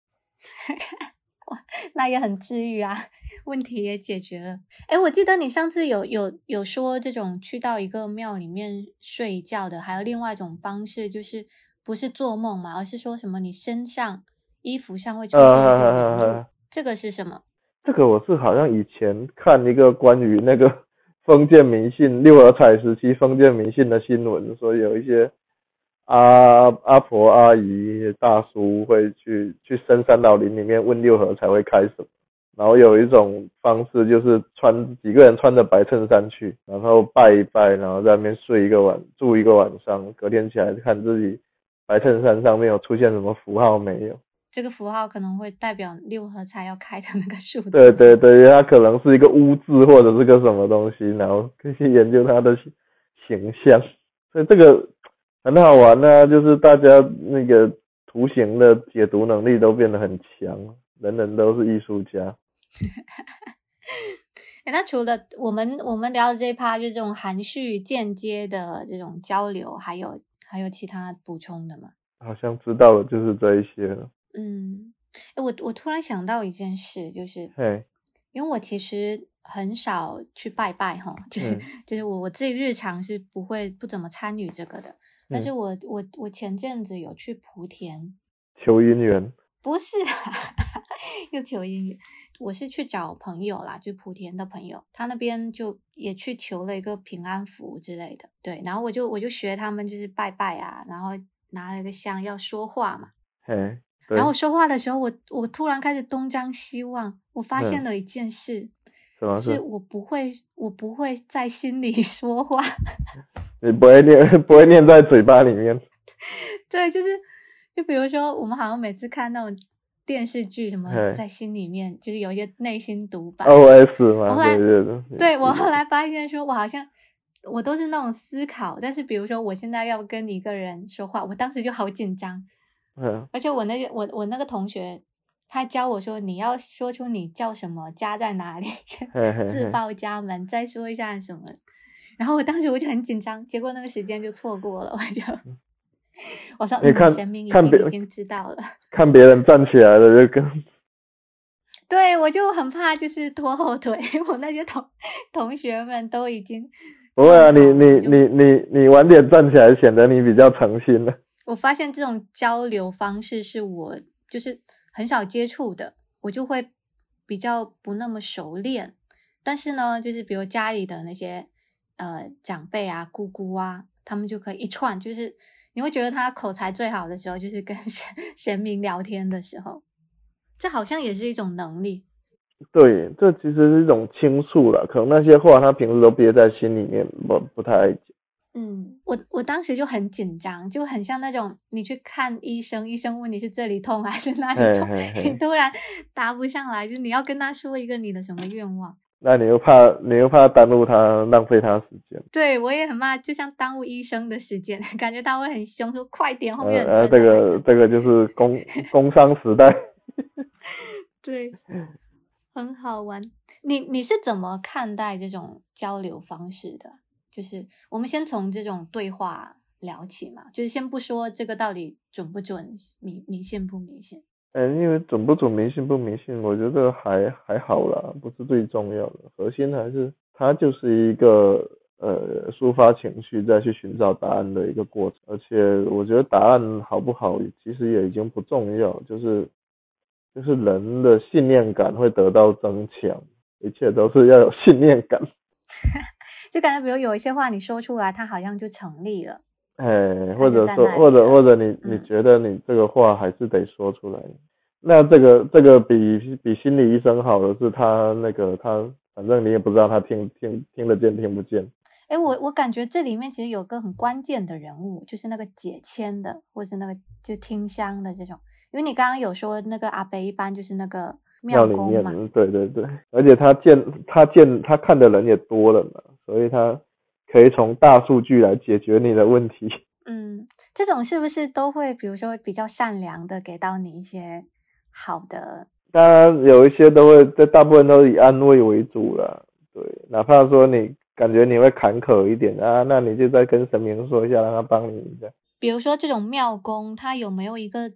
那也很治愈啊，问题也解决了。诶，我记得你上次有说这种去到一个庙里面睡一觉的，还有另外一种方式，就是不是做梦嘛，而是说什么你身上衣服上会出现一些纹路，这个是什么？ 这个我是好像以前看一个关于那个封建迷信六合彩时期封建迷信的新闻，说有一些阿婆阿姨大叔会去深山老林里面问六合彩会开什么，然后有一种方式就是几个人穿着白衬衫去，然后拜一拜，然后在那边住一个晚上，隔天起来看自己白衬衫上面有出现什么符号没有。 这个符号可能会代表六合彩要开的那个数字。 对对对，它可能是一个污渍或者是个什么东西，然后可以去研究它的形象，所以这个很好玩啊，就是大家那个图形的解读能力都变得很强，人人都是艺术家。 那除了我们聊的这一趴，就这种含蓄间接的这种交流，还有其他补充的吗？ 好像知道的就是这一些了。 我突然想到一件事，就是因为我其实很少去拜拜哈，就是我自己日常是不怎么参与这个的，但是我前阵子有去莆田求姻缘。 不是又求姻缘，我是去找朋友啦，就莆田的朋友，他那边就也去求了一个平安符之类的，对，然后我就学他们就是拜拜啊，然后拿了一个香要说话嘛，然后我说话的时候，我突然开始东张西望，我发现了一件事，就是我不会在心里说话， 你不会念在嘴巴里面， 对，就比如说我们好像每次看那种电视剧什么在心里面就是有一些内心独白 OS 嘛， 对，我后来发现说我都是那种思考，但是比如说我现在要跟一个人说话，我当时就好紧张，而且我那个同学他教我说你要说出你叫什么，家在哪里，自报家门，再说一下什么，然后我当时我就很紧张，结果那个时间就错过了，我说神明一定已经知道了， 看别人站起来了就跟对，我就很怕就是拖后腿，我那些同学们都已经不会啊，你晚点站起来显得你比较诚心了。 我发现这种交流方式是我就是很少接触的，我就会比较不那么熟练，但是呢就是比如家里的那些长辈啊姑姑啊，他们就可以一串，就是你会觉得他口才最好的时候就是跟神明聊天的时候，这好像也是一种能力。 对，这其实是一种倾诉啦，可能那些话他平时都憋在心里面，不太爱讲。 我当时就很紧张，就很像那种你去看医生，医生问你是这里痛还是那里痛，你突然答不上来，就你要跟他说一个你的什么愿望， 那你又怕耽误他，浪费他时间。 对，我也很怕，就像耽误医生的时间，感觉他会很凶，说快点，后面这个就是工商时代。 对，很好玩。你是怎么看待这种交流方式的？就是我们先从这种对话聊起嘛，就是先不说这个到底准不准，迷信不迷信。 因为准不准迷信不迷信，我觉得还好啦，不是最重要的，核心还是它就是一个抒发情绪再去寻找答案的一个过程，而且我觉得答案好不好其实也已经不重要，就是人的信念感会得到增强，一切都是要有信念感。 就感觉比如有一些话你说出来它好像就成立了， 或者说或者你觉得你这个话还是得说出来，那这个比心理医生好的是他反正你也不知道他听得见听不见。 我感觉这里面其实有个很关键的人物，就是那个解签的，或是那个就听香的这种，因为你刚刚有说那个阿伯一般就是那个庙公嘛， 对对对，而且他看的人也多了嘛，所以他可以从大数据来解决你的问题。 这种是不是都会比如说比较善良的给到你一些好的？ 当然有一些都会，大部分都以安慰为主啦，对，哪怕说你感觉你会坎坷一点啊，那你就再跟神明说一下，让他帮你一下。 比如说这种庙公他有没有一个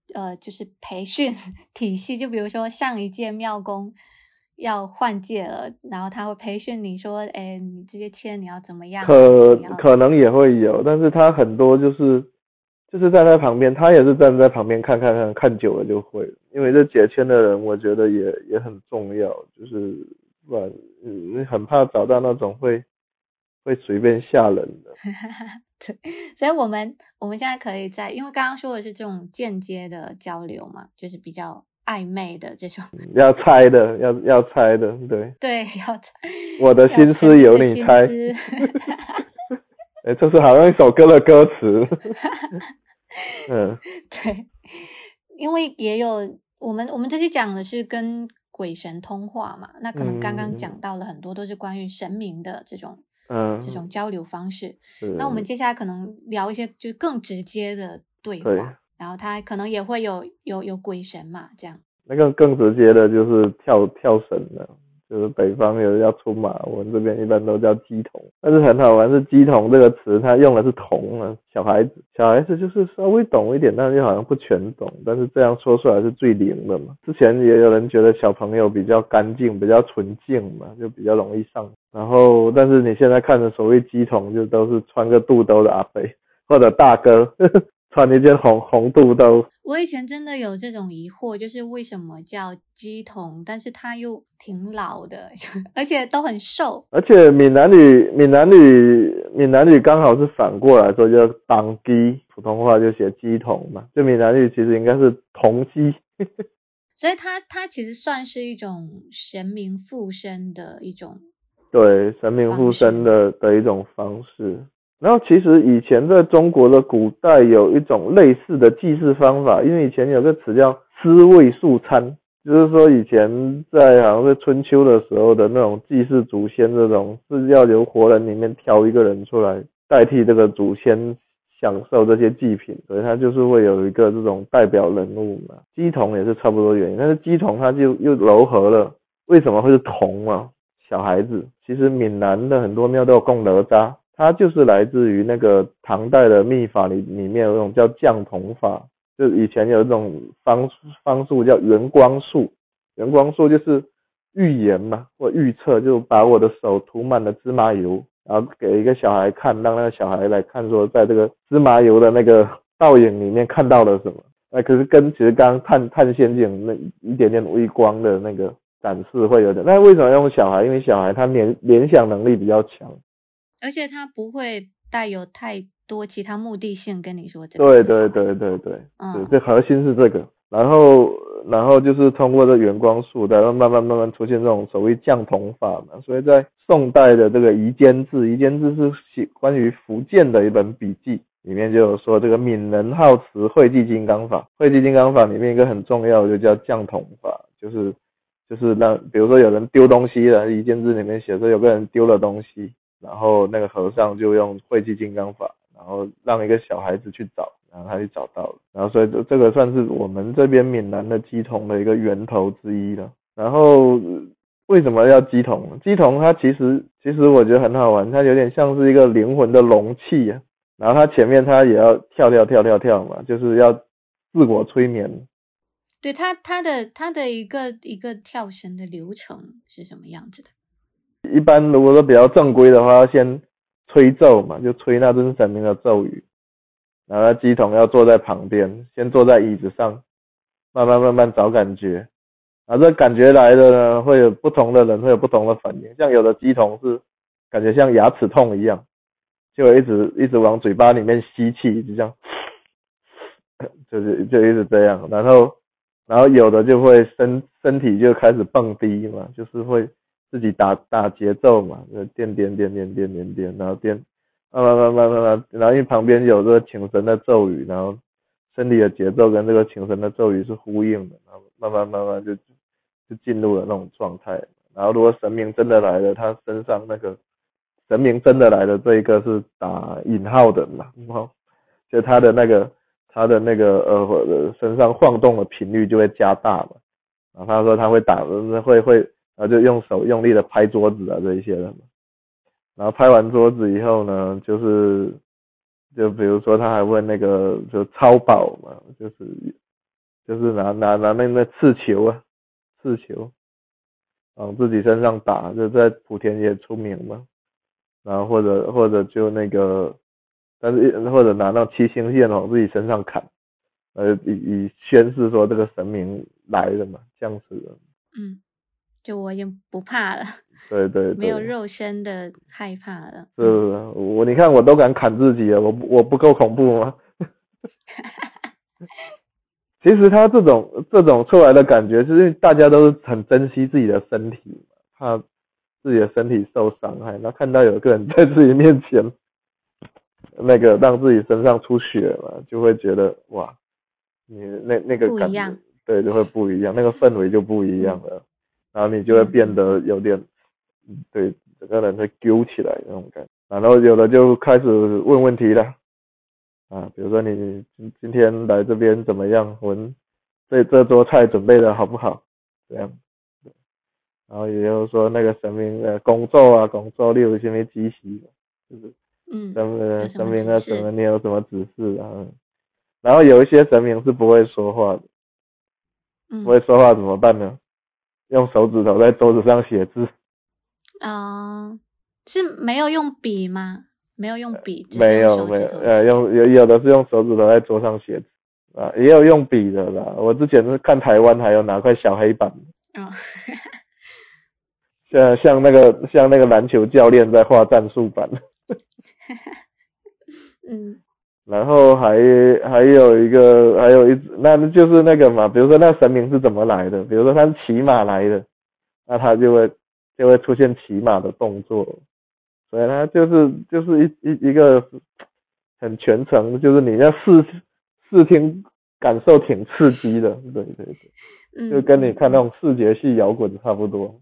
就是培训体系，就比如说上一届庙公要换届了，然后他会培训你说，哎，你这些签你要怎么样， 可能也会有，但是他很多就是站在旁边，他也是站在旁边看久了就会了，因为这解签的人，我觉得也很重要，就是不然很怕找到那种会随便吓人的。 对，所以我们现在可以因为刚刚说的是这种间接的交流嘛，就是比较暧昧的这种， 要猜的，要猜的，对对，要猜， 我的心思由你猜。这是好像一首歌的歌词。 对，因为也有我们这期讲的是跟鬼神通话嘛，那可能刚刚讲到了很多都是关于神明的这种交流方式。那我们接下来可能聊一些就是更直接的对话，然后他可能也会有鬼神嘛，这样。 那个更直接的就是跳绳了。就是北方有要出马，我们这边一般都叫鸡童，但是很好玩是鸡童这个词，它用的是童啊，小孩子就是稍微懂一点，但是又好像不全懂，但是这样说出来是最灵的嘛。之前也有人觉得小朋友比较干净，比较纯净嘛，就比较容易上。然后，但是你现在看的所谓鸡童，就都是穿个肚兜的阿伯或者大哥。穿一件红肚兜。 我以前真的有这种疑惑，就是为什么叫鸡童，但是他又挺老的，而且都很瘦。 而且闽南语刚好是反过来说，叫当鸡，普通话就写鸡童嘛。就闽南语其实应该是童鸡。 所以它其实算是一种神明附身的一种， 对，神明附身的一种方式。然后其实以前在中国的古代有一种类似的祭祀方法，因为以前有个词叫尸位素餐，就是说以前在好像是春秋的时候的那种祭祀祖先，这种是要由活人里面挑一个人出来代替这个祖先享受这些祭品，所以他就是会有一个这种代表人物嘛。鸡童也是差不多原因，但是鸡童他就又糅合了，为什么会是童啊？小孩子，其实闽南的很多庙都有供哪吒。它就是来自于那个唐代的秘法里面有一种叫降童法，就以前有一种方术叫圆光术，圆光术就是预言嘛，或预测，就把我的手涂满了芝麻油，然后给一个小孩看，让那个小孩来看说在这个芝麻油的那个倒影里面看到了什么。可是跟其实刚刚探仙境那一点点微光的那个展示会有点。那为什么用小孩？因为小孩他联想能力比较强。 而且他不会带有太多其他目的性跟你说这个。 对，这核心是这个。然后就是通过这圆光术，然后慢慢出现这种所谓降童法嘛。所以在宋代的这个《夷坚志》是关于福建的一本笔记，里面就有说这个闽人好持会济金刚法。会济金刚法里面一个很重要的就叫降童法，就是让比如说有人丢东西了，《夷坚志》里面写说有个人丢了东西。然后那个和尚就用会济金刚法，然后让一个小孩子去找，然后他就找到了。然后所以这个算是我们这边闽南的鸡童的一个源头之一了。然后为什么要鸡童？鸡童它其实我觉得很好玩，它有点像是一个灵魂的容器啊。然后它前面它也要跳嘛，就是要自我催眠。 对，它的一个跳绳的流程是什么样子的？ 一般如果说比较正规的话，要先吹咒嘛，就吹那尊神明的咒语，然后鸡童要坐在旁边，先坐在椅子上，慢慢找感觉，然后这感觉来的呢，会有不同的人会有不同的反应，像有的鸡童是感觉像牙齿痛一样，就一直往嘴巴里面吸气，就这样，就一直这样，然后有的就会身体就开始蹦迪嘛，就是会自己打节奏嘛，就颠，然后颠，慢慢，然后因为旁边有这个请神的咒语，然后身体的节奏跟这个请神的咒语是呼应的，然后慢慢就进入了那种状态。然后如果神明真的来了，他身上那个神明真的来了这一个是打引号的嘛，就他的那个身上晃动的频率就会加大嘛。然后他说他会然后就用手用力的拍桌子啊这一些的嘛。然后拍完桌子以后呢，就比如说他还问那个就超宝嘛，就是就是拿那个刺球啊，刺球往自己身上打，就在莆田也出名嘛。然后或者就那个，但是或者拿那七星线往自己身上砍，以宣示说这个神明来了嘛，降死了。 就我已经不怕了， 对对对， 没有肉身的害怕了。 是你看我都敢砍自己了，我不够恐怖吗？其实他这种出来的感觉，就是因为大家都是很珍惜自己的身体，怕自己的身体受伤害，然后看到有个人在自己面前，那个让自己身上出血嘛，就会觉得哇，你那个感觉，对，就会不一样，那个氛围就不一样了，然后你就会变得有点，对，整个人会揪起来那种感觉，然后有的就开始问问题了。比如说你今天来这边怎么样？我们这桌菜准备的好不好？这样，然后也有说那个神明工作你有什么指示？就是神明的什么你有什么指示啊？然后有一些神明是不会说话的，不会说话怎么办呢？用手指头在桌子上写字。 是没有用笔吗？没有用笔， 没有，有的是用手指头在桌上写字也有用笔的啦。我之前是看台湾还有拿块小黑板，像那个篮球教练在画战术板。然后还有那就是那个嘛，比如说那神明是怎么来的？比如说他是骑马来的，那他就会出现骑马的动作。所以它就是一个很全程，就是你要视听感受挺刺激的，对对对，就跟你看那种视觉系摇滚差不多。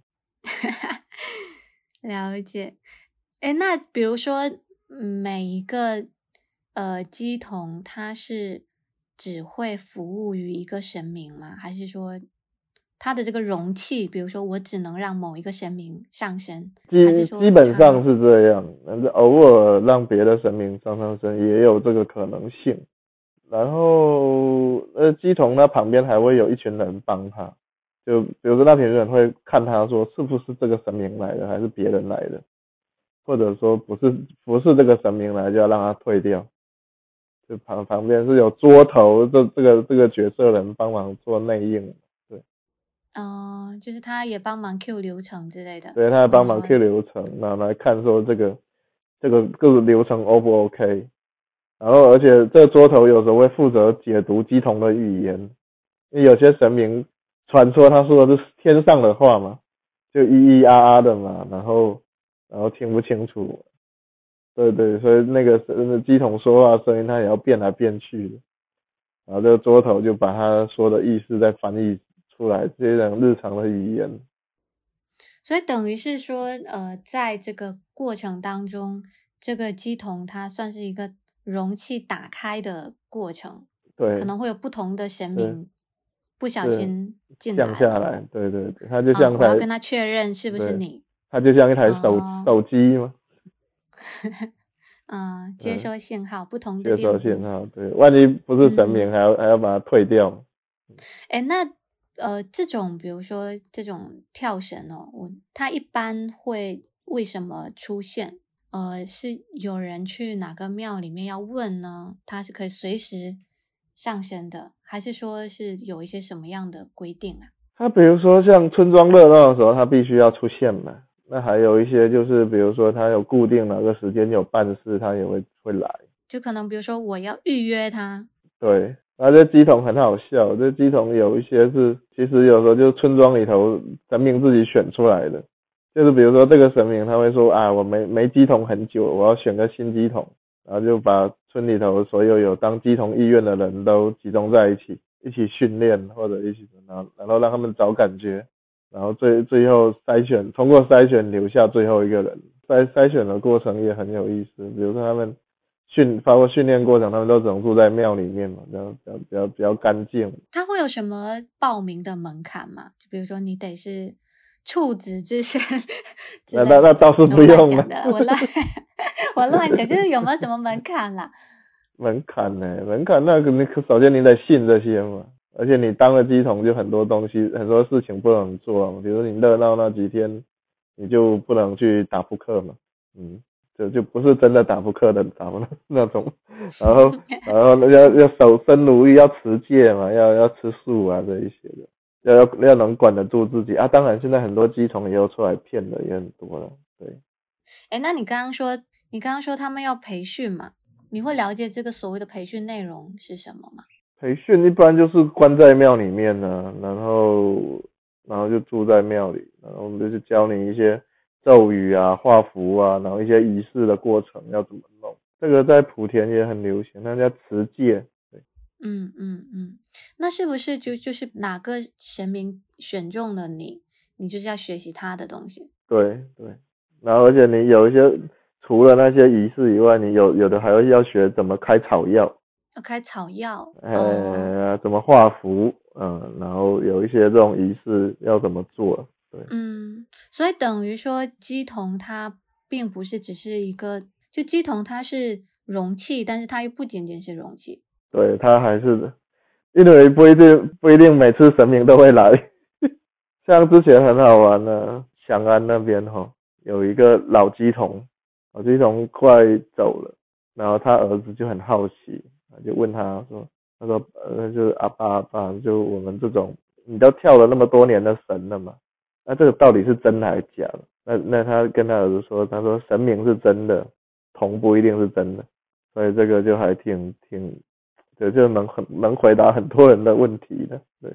了解。那比如说每一个乩童，它是只会服务于一个神明吗？还是说它的这个容器，比如说我只能让某一个神明上身，还是说基本上是这样，但是偶尔让别的神明上身也有这个可能性。然后乩童他旁边还会有一群人帮他，就比如说那群人会看他说是不是这个神明来的，还是别人来的，或者说不是这个神明来就要让他退掉。就旁边是有桌头这个角色人帮忙做内应。 就是他也帮忙 Q 流程之类的。 对，他帮忙 Q 流程，然后来看说这个流程 O 不 OK。然后而且这个桌头有时候会负责解读乩童的语言，因为有些神明传说他说的是天上的话嘛，就咿咿啊啊的嘛，然后听不清楚。对对，所以那个乩童说话声音他也要变来变去的。然后这个桌头就把他说的意思再翻译出来，这种日常的语言。 所以等于是说在这个过程当中，这个乩童它算是一个容器打开的过程， 对， 可能会有不同的神明不小心进来降下来，对对对，他就像我要跟他确认是不是你， 他就像一台手机嘛。 接收信号，不同的接收信号，对，万一不是神明，还要把它退掉。 那这种比如说这种跳神它一般会为什么出现？是有人去哪个庙里面要问呢？它是可以随时上身的，还是说是有一些什么样的规定啊？ 他比如说像村庄热闹的时候，他必须要出现嘛。那还有一些就是比如说他有固定哪个时间有办事，他也会来。 就可能比如说我要预约他。 对，然后这乩童很好笑，这乩童有一些是其实有时候就是村庄里头神明自己选出来的。就是比如说这个神明他会说我没乩童很久，我要选个新乩童，然后就把村里头所有当乩童意愿的人都集中在一起训练，或者一起然后让他们找感觉，然后最后通过筛选留下最后一个人。筛选的过程也很有意思，比如说他们包括训练过程，他们都只能住在庙里面嘛，比较干净。 他会有什么报名的门槛吗？就比如说你得是处子之身， 那倒是不用了。 我乱讲，就是有没有什么门槛啦？ 门槛那首先你得信这些嘛， 而且你当了鸡童就很多东西很多事情不能做，比如你热闹那几天你就不能去打扑克嘛，就不是真的打扑克的打那种，然后要守身如玉，要持戒嘛，要吃素啊这一些的，要能管得住自己啊。当然现在很多鸡童也有出来骗的也很多了，对。 那你刚刚说他们要培训嘛？你会了解这个所谓的培训内容是什么吗？ 培训一般就是关在庙里面呢，然后就住在庙里，然后我们就教你一些咒语啊、画符啊，然后一些仪式的过程要怎么弄。这个在莆田也很流行，那叫持戒。对， 那是不是就是哪个神明选中了你，你就是要学习他的东西？ 对，然后而且你有一些除了那些仪式以外，你有的还要学怎么开草药。 要开草药， 怎么画符，然后有一些这种仪式要怎么做，对， 所以等于说鸡童它并不是只是一个，就鸡童它是容器，但是它又不仅仅是容器， 对，它还是因为不一定每次神明都会来，像之前很好玩的，翔安那边有一个老鸡童快走了，然后他儿子就很好奇。就问他说就是阿爸，就我们这种你都跳了那么多年的神了嘛，那这个到底是真还是假的？那他跟他儿子说，他说神明是真的，童不一定是真的，所以这个就还挺就能回答很多人的问题的，对。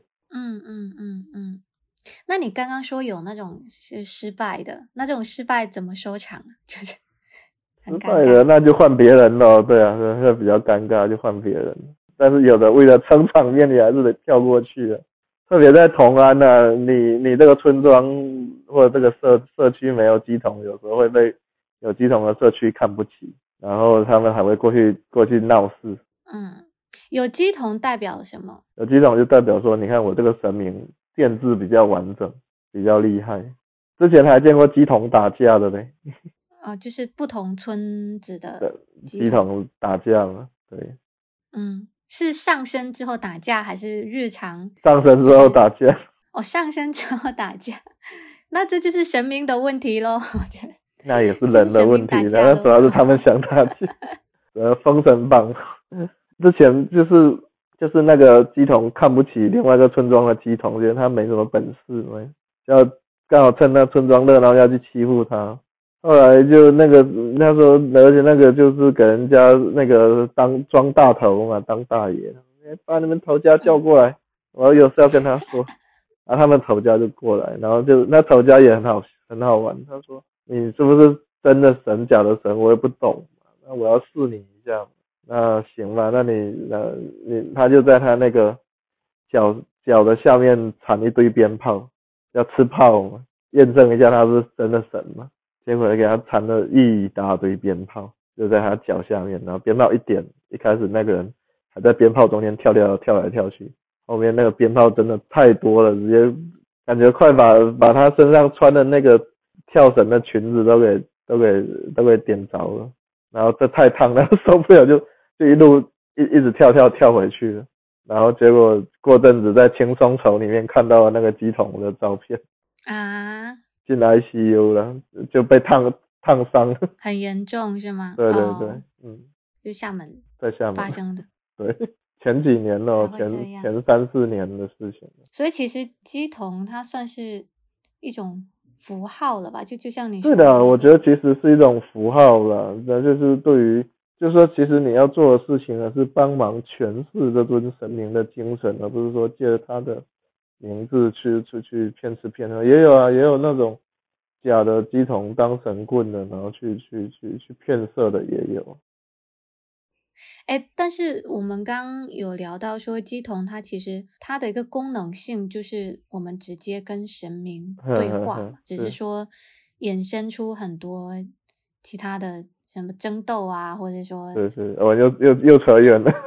那你刚刚说有那种是失败的，那这种失败怎么收场？就是很尴尬。 失败的那就换别人咯，对啊，那比较尴尬，就换别人。但是有的为了撑场面，你还是得跳过去的。特别在同安啊，你这个村庄或者这个社区没有鸡童，有时候会被有鸡童的社区看不起，然后他们还会过去闹事。 有鸡童代表什么？ 有鸡童就代表说，你看我这个神明建制比较完整，比较厉害。之前还见过鸡童打架的嘞。 就是不同村子的鸡童打架嘛，对。 是上升之后打架，还是日常？ 上升之后打架。 上升之后打架，那这就是神明的问题咯，我觉得。 那也是人的问题，那主要是他们想打架。封神榜之前就是那个鸡童看不起另外一个村庄的鸡童，觉得他没什么本事，要刚好趁那村庄热闹要去欺负他。后来就那时候，而且那个就是给人家那个装大头嘛，当大爷，把你们头家叫过来，我有事要跟他说。然后他们头家就过来，然后那头家也很好玩，他说你是不是真的神假的神我也不懂，那我要试你一下。那行吧，他就在他那个脚的下面缠一堆鞭炮，要吃炮嘛，验证一下他是真的神嘛。结果给他缠了一大堆鞭炮，就在他脚下面，然后鞭炮一点，一开始那个人还在鞭炮中间跳来跳去，后面那个鞭炮真的太多了，直接感觉快把他身上穿的那个跳绳的裙子都给点着了，然后这太烫了，受不了就一路一直跳回去了，然后结果过阵子在轻松筹里面看到了那个鸡童的照片啊。 进 ICU 了，就被烫伤了， 很严重是吗？ 对， 就厦门在厦门发生的， 对，前几年了，前3-4年的事情。 所以其实鸡童它算是一种符号了吧？就像你说的， 对的，我觉得其实是一种符号啦，那就是对于，就是说其实你要做的事情呢，是帮忙诠释这尊神明的精神，而不是说借着他的名字去骗吃骗喝。也有那种假的鸡童当神棍的，然后去骗色的也有。 但是我们刚有聊到说鸡童它其实它的一个功能性就是我们直接跟神明对话只是说衍生出很多其他的什么争斗啊，或者说是我又扯远了。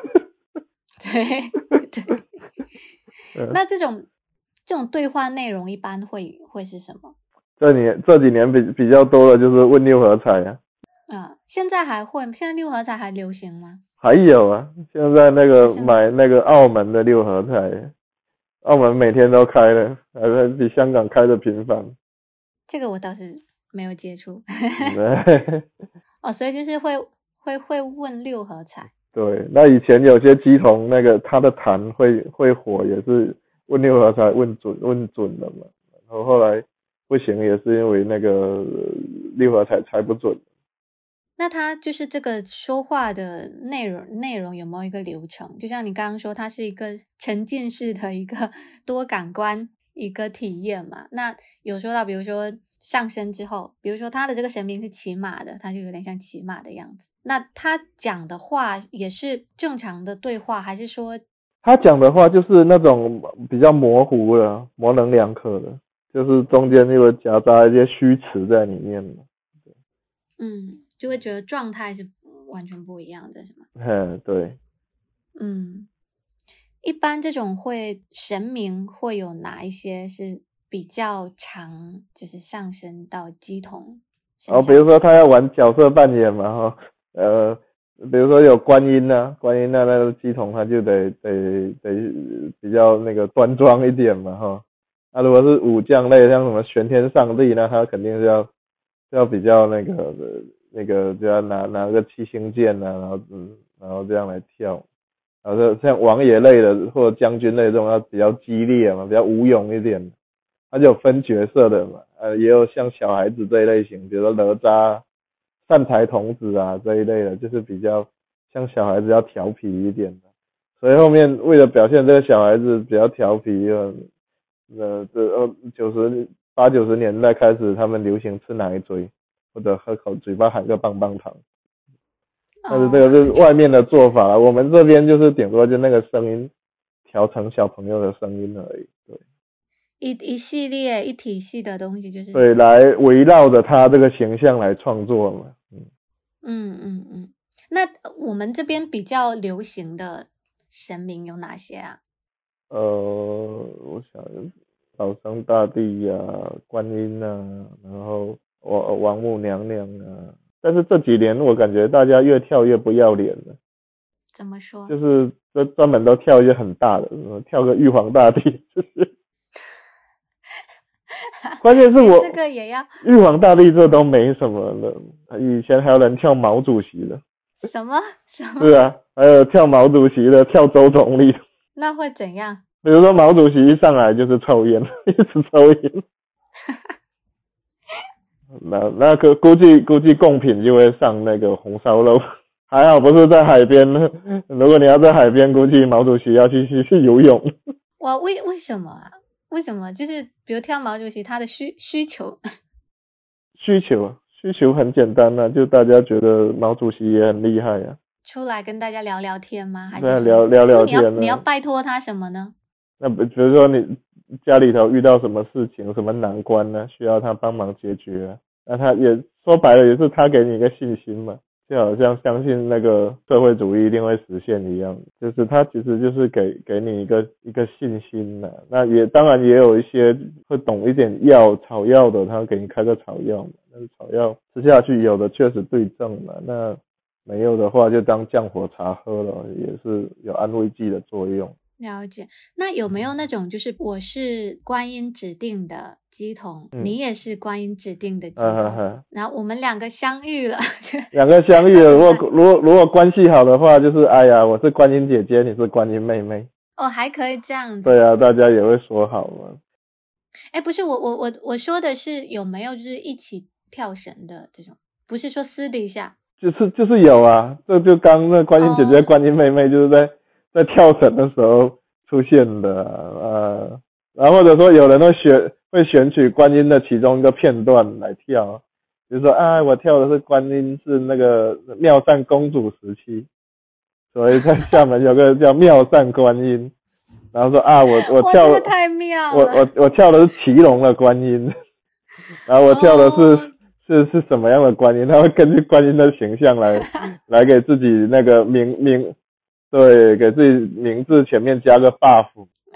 对那这种对话内容一般会是什么？ 这几年比较多的就是问六合彩现在六合彩还流行吗？ 还有啊，现在那个买那个澳门的六合彩澳门每天都开了，还比香港开的频繁。 这个我倒是没有接触。 对， 哦，所以就是会问六合彩。 对，那以前有些鸡童那个他的坛会火，也是问六合彩问准了嘛。然后后来不行，也是因为那个六合彩猜不准。 那他就是这个说话的内容有没有一个流程？就像你刚刚说，它是一个沉浸式的一个多感官一个体验嘛。那有说到，比如说上升之后，比如说他的这个神明是骑马的，他就有点像骑马的样子。那他讲的话也是正常的对话，还是说他讲的话就是那种比较模糊的、模棱两可的，就是中间又夹杂一些虚词在里面嘛。 就会觉得状态是完全不一样的，是吗？ 对。 一般这种神明会有哪一些是比较常就是上升到乩童身上？ 比如说他要玩角色扮演嘛，比如说有观音啊，那个乩童他就得比较那个端庄一点嘛，如果是武将类，像什么玄天上帝，那他肯定是要比较那个就要拿个七星剑啊，然后这样来跳。然后像王爷类的或者将军类这种要比较激烈嘛，比较武勇一点。他就有分角色的嘛，也有像小孩子这一类型，比如说哪吒、善财童子啊这一类的，就是比较像小孩子要调皮一点的。所以后面为了表现这个小孩子比较调皮80、90年代开始，他们流行吃奶嘴或者喝口嘴巴含个棒棒糖。但是这个是外面的做法，我们这边就是顶多就那个声音调成小朋友的声音而已。对， 一系列一体系的东西，就是对，来围绕着他这个形象来创作嘛。 那我们这边比较流行的神明有哪些啊？ 我想早生大帝啊，观音啊，然后王母娘娘啊。但是这几年我感觉大家越跳越不要脸了。 怎么说？ 就是专门都跳一些很大的，跳个玉皇大帝，就是关键是我这个也要玉皇大帝这都没什么了，以前还有人跳毛主席的。 什么？ 是啊，还有跳毛主席的，跳周总理的。 那会怎样？ 比如说毛主席一上来就是抽烟，一直抽烟。那个估计贡品就会上那个红烧肉，还好不是在海边。如果你要在海边，估计毛主席要去游泳。 哇，为什么啊？为什么？就是比如跳毛主席，他的需求很简单啊，就大家觉得毛主席也很厉害啊。 出来跟大家聊聊天吗？还是聊天？ 你要拜托他什么呢？ 那比如说你家里头遇到什么事情、什么难关呢，需要他帮忙解决啊，那他也说白了也是他给你一个信心嘛，就好像相信那个社会主义一定会实现一样，就是他其实就是给你一个信心嘛。那也当然也有一些会懂一点草药的，他会给你开个草药嘛，但是草药吃下去有的确实对症嘛，那没有的话就当降火茶喝了，也是有安慰剂的作用。 了解。那有没有那种就是我是观音指定的乩童，你也是观音指定的乩童，然后我们两个相遇了。 如果关系好的话，就是哎呀，我是观音姐姐，你是观音妹妹。 还可以这样子。 对啊，大家也会说好嘛。 不是我说的是有没有就是一起跳绳的这种，不是说私底下。 就是有啊，就刚那观音姐姐、观音妹妹就是在跳绳的时候出现的然后或者说有人会选取观音的其中一个片段来跳，比如说我跳的是观音是那个妙善公主时期，所以在厦门有个叫妙善观音，然后说我跳这个太妙了， 我跳的是骑龙的观音，然后我跳的是什么样的观音，他会根据观音的形象来给自己那个对，给自己名字前面加个 buff。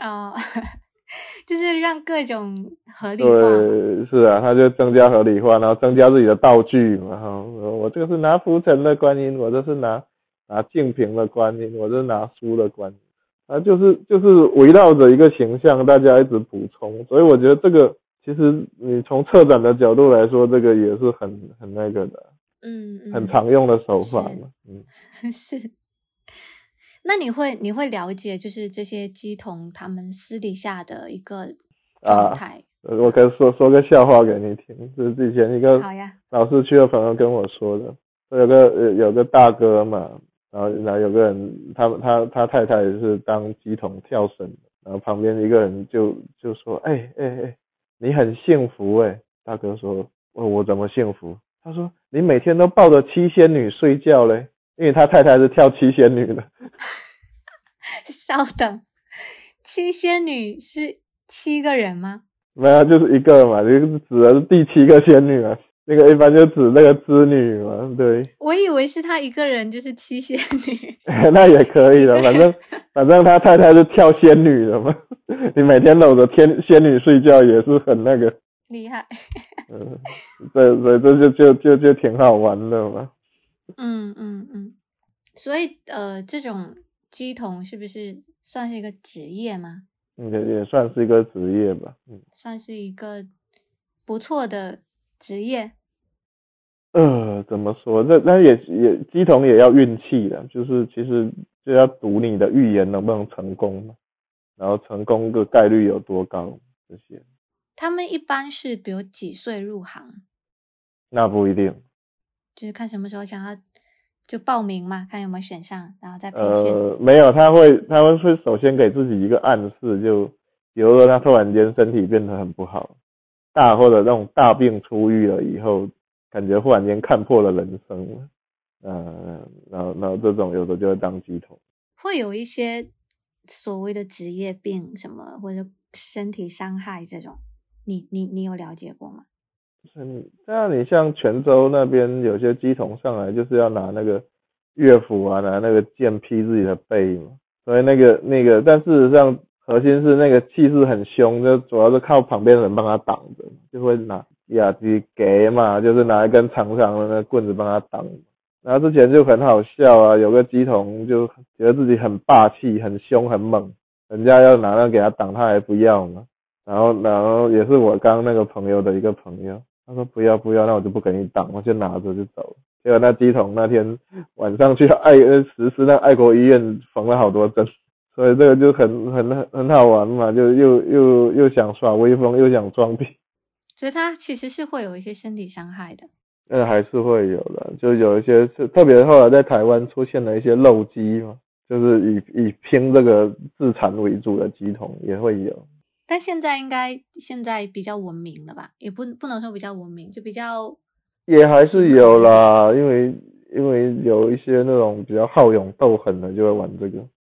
就是让各种合理化。 对，是啊，他就增加合理化，然后增加自己的道具嘛。我这个是拿拂尘的观音，我这是拿净瓶的观音，我这是拿书的观音。 它就是围绕着一个形象，大家一直补充，所以我觉得这个其实你从策展的角度来说，这个也是很那个的，很常用的手法嘛， 是。那你会了解就是这些乩童他们私底下的一个状态？ 我可以说个笑话给你听，这是以前一个老师去的朋友跟我说的。有个大哥嘛，然后有个人，他太太也是当乩童跳绳，然后旁边一个人就说，你很幸福大哥说，我怎么幸福？他说你每天都抱着七仙女睡觉嘞，因为他太太是跳七仙女的。 稍等，七仙女是7个人吗？ 没有，就是一个嘛，这个指的是第7个仙女嘛，那个一般就指那个织女嘛，对。 我以为是他一个人就是七仙女。 那也可以的，反正他太太是跳仙女的嘛，你每天搂着仙女睡觉也是很那个厉害。 这就挺好玩的嘛。 所以这种乩童是不是算是一个职业吗？ 也算是一个职业吧。 算是一个不错的职业。 怎么说？那也乩童也要运气的，就是其实就要赌你的预言能不能成功嘛，然后成功的概率有多高这些。 他们一般是比如几岁入行？ 那不一定，就是看什么时候想要就报名嘛，看有没有选上，然后再培训。 没有，他会首先给自己一个暗示，就比如说他突然间身体变得很不好，或者那种大病初愈了以后，感觉忽然间看破了人生了，然后这种有的就会当乩童。 会有一些所谓的职业病什么或者身体伤害这种，你有了解过吗？ 你像泉州那边有些乩童上来就是要拿那个乐斧啊，拿那个剑劈自己的背嘛，所以那个，但事实上核心是那个气势很凶，就主要是靠旁边的人帮他挡着，就会拿亚基给嘛，就是拿一根长长的那棍子帮他挡。然后之前就很好笑啊，有个乩童就觉得自己很霸气、很凶、很猛，人家要拿那给他挡，他还不要嘛。然后也是我刚那个朋友的一个朋友。他说不要，那我就不给你挡，我就拿着就走。结果那乩童那天晚上去实施那爱国医院缝了好多针，所以这个就很好玩嘛，就又想耍威风，又想装逼。 所以他其实是会有一些身体伤害的。 还是会有的，就有一些是特别后来在台湾出现了一些漏乩嘛，就是以拼这个自残为主的乩童也会有。 但现在比较文明了吧？也不能说比较文明，就比较也还是有啦，因为有一些那种比较好勇斗狠的就会玩这个。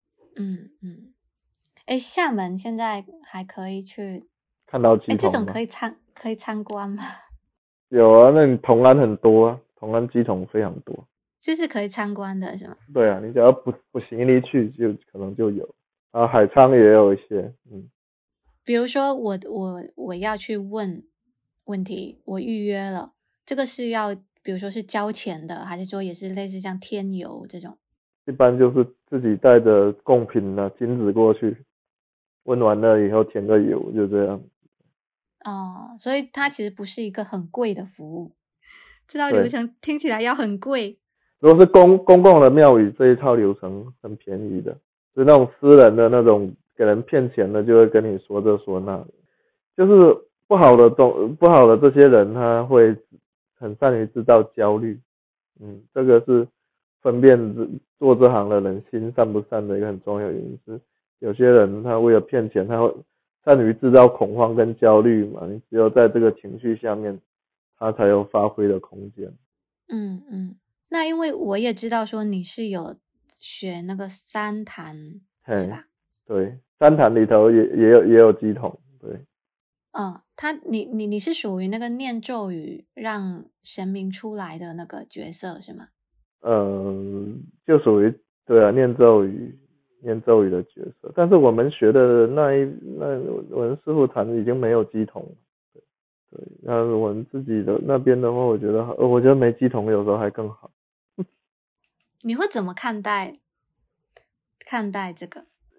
厦门现在还可以去看到乩童吗？ 这种可以参观吗？ 有啊，那你同安很多啊，同安乩童非常多， 就是可以参观的是吗？ 对啊，你只要不行力去，就可能就有。海昌也有一些， 比如说我要去问问题，我预约了，这个是要比如说是交钱的，还是说也是类似像天游这种？ 一般就是自己带着贡品啊、金子过去，问完了以后填个油，就这样。 所以它其实不是一个很贵的服务，这套流程听起来要很贵。 如果是公共的庙宇，这一套流程很便宜的，是那种私人的那种给人骗钱的，就会跟你说这说那，就是不好的这些人，他会很善于制造焦虑。这个是分辨做这行的人心善不善的一个很重要的原因。是有些人他为了骗钱，他会善于制造恐慌跟焦虑嘛，你只有在这个情绪下面，他才有发挥的空间。 那因为我也知道说你是有学那个三坛是吧？ 对，三坛里头也有乩童，对。 你是属于那个念咒语让神明出来的那个角色是吗？ 就属于对啊，念咒语的角色。但是我们学的我们师父坛已经没有乩童了。对，那我们自己的那边的话，我觉得没乩童有时候还更好。 你会怎么看待这个？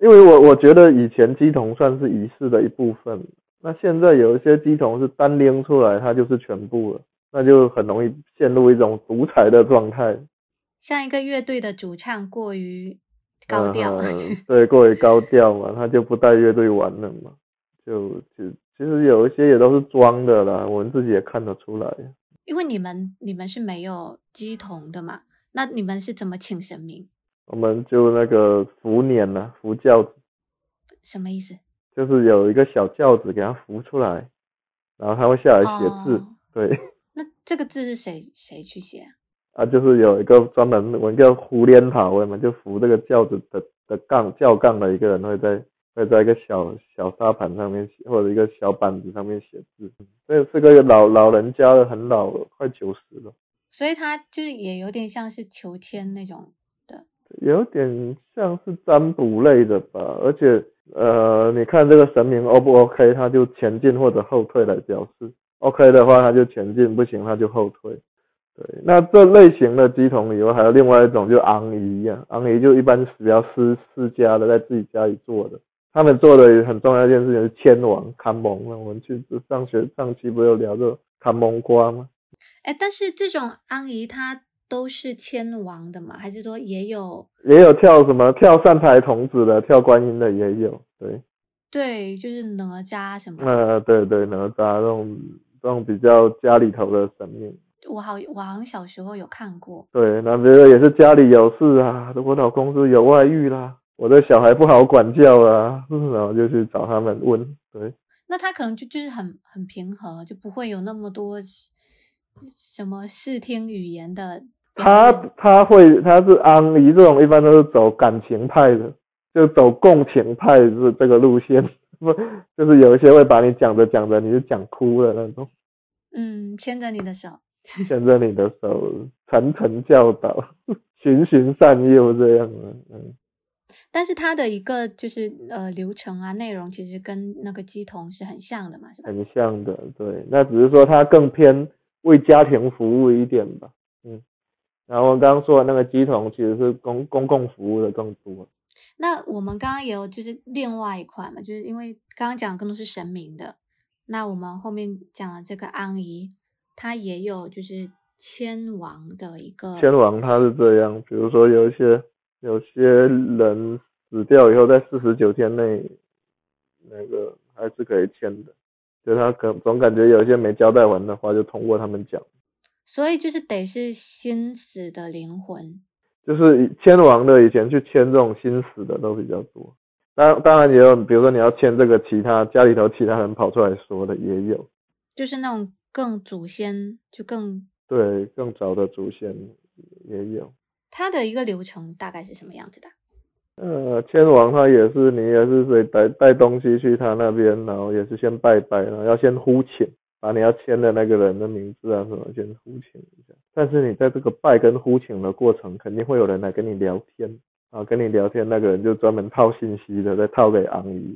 因为我觉得以前鸡桶算是仪式的一部分，那现在有一些鸡桶是单拎出来，它就是全部了，那就很容易陷入一种独裁的状态。 像一个乐队的主唱过于高调。 对，过于高调嘛，他就不带乐队玩了嘛，其实有一些也都是装的啦，我们自己也看得出来。 因为你们是没有鸡童的嘛，那你们是怎么请神明？ 我们就那个扶年啊，扶轿子。 什么意思？ 就是有一个小轿子给它扶出来，然后他会下来写字。对。 那这个字是谁去写啊？就是有一个专门我叫扶莲桃的嘛，就扶这个轿子的轿杠的一个人会在一个小沙盘上面写，或者一个小板子上面写字。这是个老人家了，很老了，快90了。 所以他就是也有点像是求签那种的。 有点像是占卜类的吧，而且你看这个神明 O 不 OK， 他就前进或者后退来表示。OK 的话他就前进，不行他就后退。对，那这类型的鸡桶以外还有另外一种就昂仪啊，昂仪就一般是比较私家的，在自己家里做的。他们做的很重要一件事情是签王看蒙，我们去上期不是有聊这看蒙瓜吗？ 但是这种昂仪它都是签王的吗？还是说也有跳什么跳三台童子的，跳观音的也有。 对，就是哪吒什么的。 对，哪吒这种比较家里头的神明。 我好像小时候有看过。 对，那比如说也是家里有事啊，我老公是有外遇啦，我的小孩不好管教啊，然后就去找他们问。对， 那他可能就是很平和，就不会有那么多什么视听语言的。他是安姨这种一般都是走感情派的，就走共情派是这个路线，就是有一些会把你讲着讲着你就讲哭了那种。 牵着你的手。 牵着你的手，层层教导，循循善诱这样的。 但是它的一个就是流程啊内容其实跟那个鸡童是很像的嘛，是吧？ 很像的，对。那只是说它更偏为家庭服务一点吧。然后我刚刚说的那个鸡童其实是公共服务的更多。 那我们刚刚也有就是另外一块嘛，就是因为刚刚讲的更多是神明的，那我们后面讲了这个安仪，它也有就是签王的一个。 签王它是这样，比如说有些人死掉以后，在49天内，那个还是可以签的，就他总感觉有一些没交代完的话，就通过他们讲。 所以就是得是心死的灵魂。 就是签王的以前去签这种心死的都比较多。当然也有，比如说你要签这个其他家里头其他人跑出来说的也有。 就是那种更祖先就更。 对，更早的祖先也有。 它的一个流程大概是什么样子的？ 签王他你也是所以带东西去他那边，然后也是先拜拜，然后要先呼请，把你要签的那个人的名字啊什么先呼请一下。但是你在这个拜跟呼请的过程，肯定会有人来跟你聊天啊，跟你聊天那个人就专门套信息的，再套给昂姨。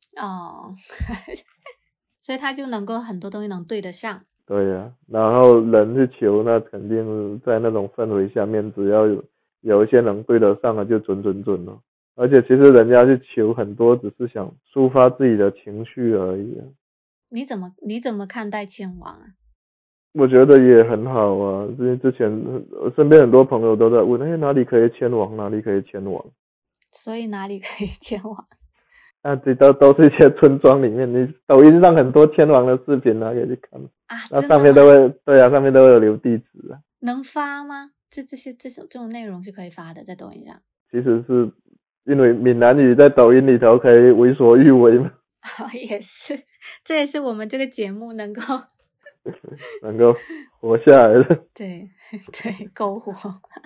所以他就能够很多东西能对得上。 对呀，然后人去求，那肯定在那种氛围下面，只要有一些能对得上的就准了。而且其实人家去求很多只是想抒发自己的情绪而已。 你怎么看待签王啊？ 我觉得也很好啊，之前我身边很多朋友都在问，哪里可以签王，哪里可以签王。 所以哪里可以签王？ 这都是一些村庄里面，你抖音上很多签王的视频可以去看那上面都会，对啊，上面都会有留地址啊。 能发吗？这种内容是可以发的，在抖音上。 其实是因为闽南语在抖音里头可以为所欲为嘛。 也是，这也是我们这个节目能够活下来的。 对，够活。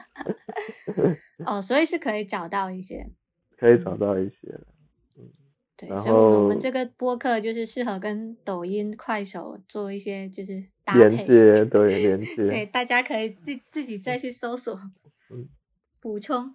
所以是可以找到一些。 可以找到一些。 对，所以我们这个播客就是适合跟抖音、快手做一些就是搭配连接，对，连接。 对，大家可以自己再去搜索，补充。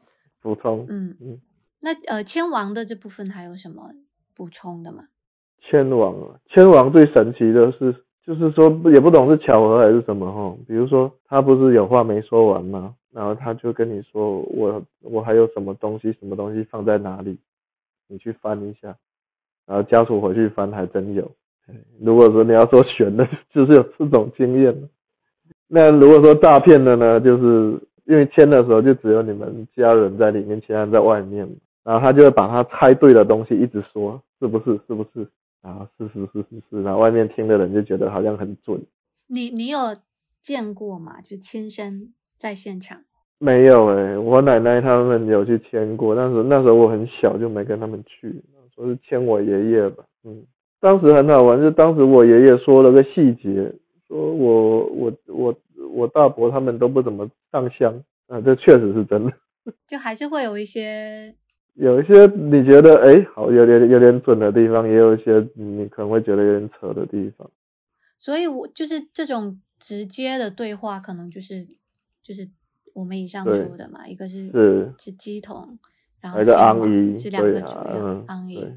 那签王的这部分还有什么补充的吗？签王最神奇的是，就是说也不懂是巧合还是什么比如说他不是有话没说完吗？然后他就跟你说我还有什么东西放在哪里。 你去翻一下，然后家属回去翻还真有。如果说你要说悬的，就是有这种经验。那如果说诈骗的呢，就是因为签的时候就只有你们家人在里面，其他人在外面，然后他就会把他猜对的东西一直说，是不是？是不是？啊，是，然后外面听的人就觉得好像很准。 你有见过吗？就亲身在现场？ 没有我奶奶他们有去签过，那时候我很小就没跟他们去，说是签我爷爷吧。当时很好玩，就当时我爷爷说了个细节，说我大伯他们都不怎么上香啊，这确实是真的。 就还是会有一些你觉得好有点准的地方，也有一些你可能会觉得有点扯的地方。 所以我就是这种直接的对话，可能就是我们以上说的嘛，一个是乩童，然后签王是两个主要昂姨，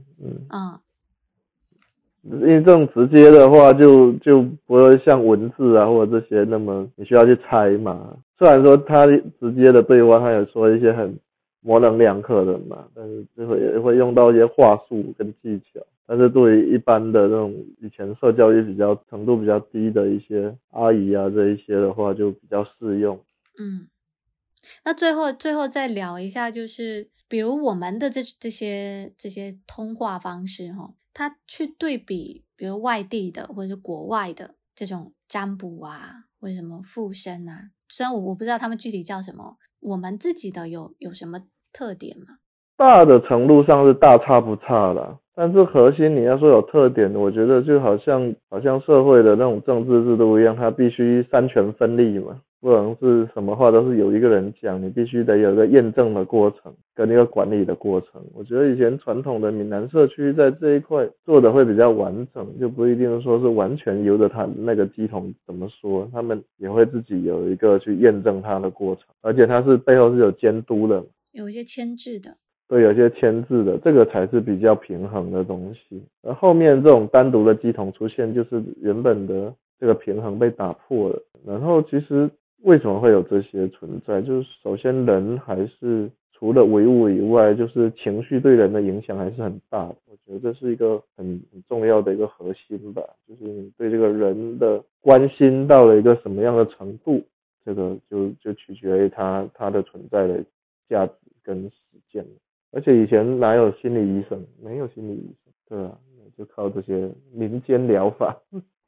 因为这种直接的话就不会像文字啊或者这些那么你需要去猜嘛。虽然说他直接的对话他有说一些很模棱两可的嘛，但是也会用到一些话术跟技巧。但是对于一般的那种以前受教育程度比较低的一些阿姨啊这一些的话就比较适用。 那最后再聊一下，就是比如我们的这些通话方式它去对比比如外地的或者是国外的这种占卜啊或者什么附身啊，虽然我不知道他们具体叫什么，我们自己的有什么特点吗？ 大的程度上是大差不差啦，但是核心你要说有特点，我觉得就好像社会的那种政治制度一样，它必须三权分立嘛，不能是什么话都是有一个人讲，你必须得有一个验证的过程跟一个管理的过程。我觉得以前传统的闽南社区在这一块做的会比较完整，就不一定说是完全由着他那个乩童怎么说，他们也会自己有一个去验证它的过程，而且它是背后是有监督的， 有一些牵制的。 对，有些牵制的，这个才是比较平衡的东西。而后面这种单独的乩童出现，就是原本的这个平衡被打破了。然后其实为什么会有这些存在？就是首先人还是除了唯物以外，就是情绪对人的影响还是很大的。我觉得这是一个很重要的一个核心吧，就是你对这个人的关心到了一个什么样的程度，这个就取决于他的存在的价值跟实践。而且以前哪有心理医生？没有心理医生，对啊，就靠这些民间疗法。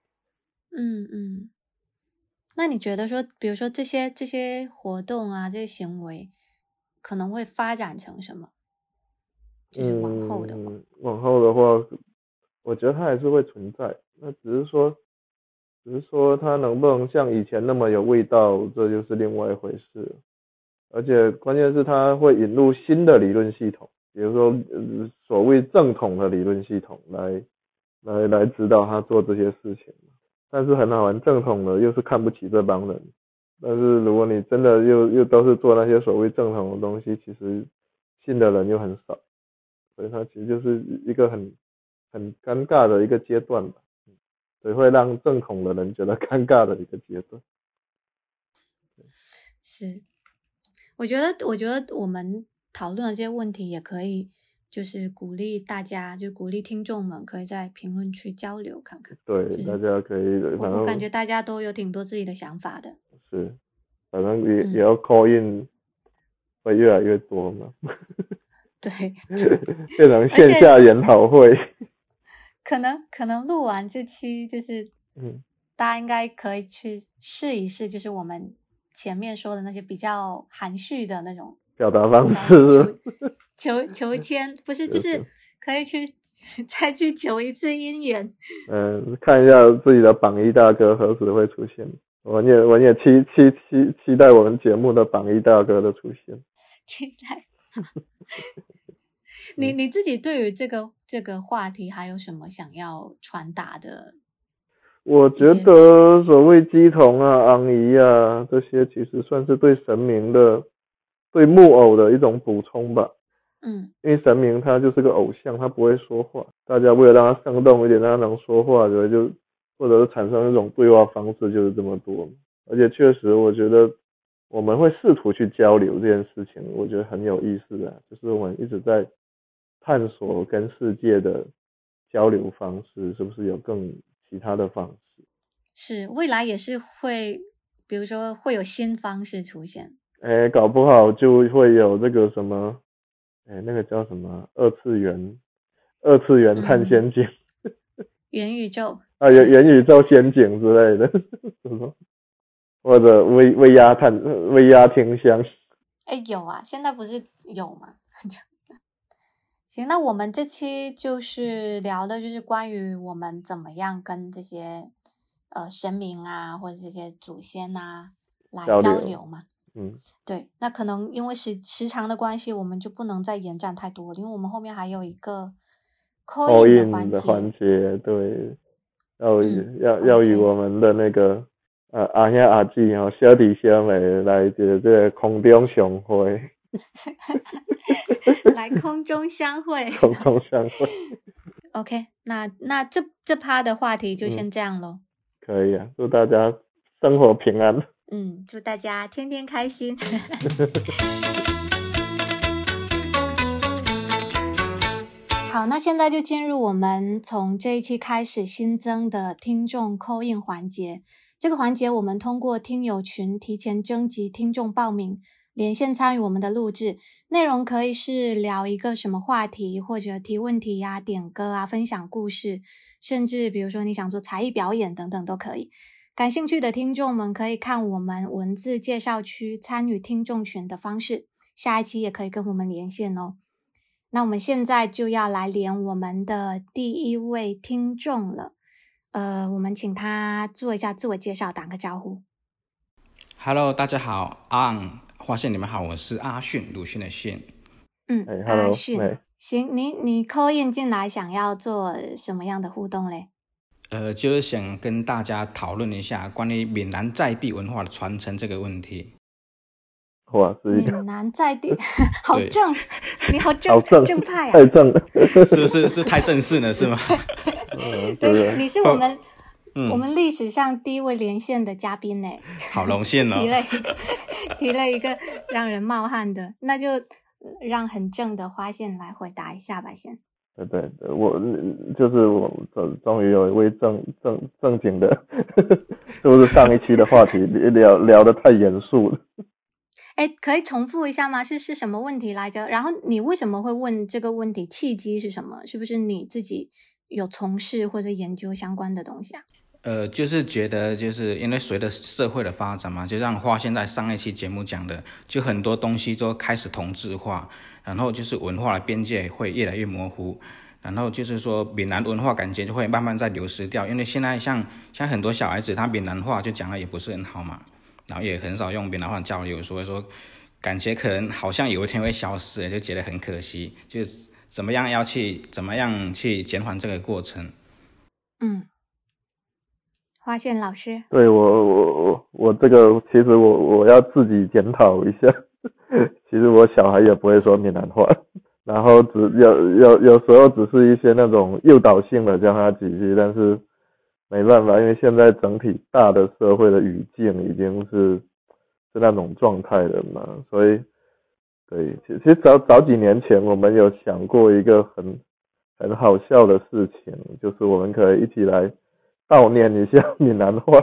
那你觉得说，比如说这些活动啊，这些行为可能会发展成什么？就是往后的话， 我觉得它还是会存在，那只是说它能不能像以前那么有味道，这就是另外一回事。而且关键是它会引入新的理论系统，比如说所谓正统的理论系统来指导他做这些事情。但是很好玩，正统的又是看不起这帮人，但是如果你真的又都是做那些所谓正统的东西，其实信的人又很少，所以它其实就是一个很尴尬的一个阶段吧，所以会让正统的人觉得尴尬的一个阶段。 是。我觉得我们讨论的这些问题也可以，就是鼓励大家，就鼓励听众们可以在评论区交流看看。 对，就是大家可以， 我感觉大家都有挺多自己的想法的。 是，反正也要 call in 会越来越多嘛。 对， 变成线下研讨会。 可能录完这期就是大家应该可以去试一试，就是我们前面说的那些比较含蓄的那种表达方式， 求签，不是就是可以去再去求一次姻缘。 看一下自己的榜一大哥何时会出现。我也期待我们节目的榜一大哥的出现。 期待。你自己对于这个话题还有什么想要传达的？ 我觉得所谓乩童啊、昂姨啊这些，其实算是对神明的、对木偶的一种补充吧。因为神明他就是个偶像，他不会说话，大家为了让他生动一点，让他能说话的，或者是产生一种对话方式，就是这么多。而且确实，我觉得我们会试图去交流这件事情，我觉得很有意思的，就是我们一直在探索跟世界的交流方式，是不是有更其他的方式？ 是，未来也是会，比如说会有新方式出现。 搞不好就会有这个什么，那个叫什么二次元探险井， 元宇宙啊，元宇宙仙境之类的，什么或者微压听箱。 有啊，现在不是有吗？行，那我们这期就是聊的就是关于我们怎么样跟这些神明啊或者这些祖先啊来交流嘛。对，那可能因为时长的关系，我们就不能再延展太多了，因为我们后面还有一个 call in 的环节，对，要以我们的那个阿兄阿姊小弟小妹来这个空中相会。 来空中相会。 空中相会。 OK， 那这趴的话题就先这样咯。 可以啊，祝大家生活平安。 祝大家天天开心。好，那现在就进入我们从这一期开始新增的听众 call in 环节。这个环节我们通过听友群提前征集听众报名，连线参与我们的录制，内容可以是聊一个什么话题，或者提问题啊、点歌啊、分享故事，甚至比如说你想做才艺表演等等都可以。感兴趣的听众们可以看我们文字介绍区参与听众群的方式，下一期也可以跟我们连线哦。那我们现在就要来连我们的第一位听众了，我们请他做一下自我介绍，打个招呼。 Hello， 大家好，花线你们好，我是阿迅，鲁迅的迅。 Hello， 阿迅，行，你 call in 进来想要做什么样的互动嘞？ 就是想跟大家讨论一下关于闽南在地文化的传承这个问题。 哇， 闽南在地好正，你好正派啊！ 太正了， 是太正式了是吗？ 对，你是我们历史上第一位连线的嘉宾呢， 好荣幸哦！ 提了一个让人冒汗的，那就让很正的花线来回答一下吧，先。 对，我终于有一位正经的，是不是上一期的话题聊得太严肃了？ 可以重复一下吗？是什么问题来着？然后你为什么会问这个问题？契机是什么？是不是你自己有从事或者研究相关的东西啊？ 就是觉得就是因为随着社会的发展嘛，就像花现在上一期节目讲的，就很多东西都开始同质化，然后就是文化的边界会越来越模糊，然后就是说闽南文化感觉就会慢慢在流失掉，因为现在像很多小孩子他闽南话就讲的也不是很好嘛，然后也很少用闽南话交流，所以说感觉可能好像有一天会消失，就觉得很可惜，就是怎么样去减缓这个过程。 花线老师， 对，我这个其实我要自己检讨一下，其实我小孩也不会说闽南话，然后有时候只是一些那种诱导性的教他几句，但是没办法，因为现在整体大的社会的语境已经是那种状态了嘛，所以对，其实早几年前我们有想过一个很好笑的事情，就是我们可以一起来悼念一下闽南话。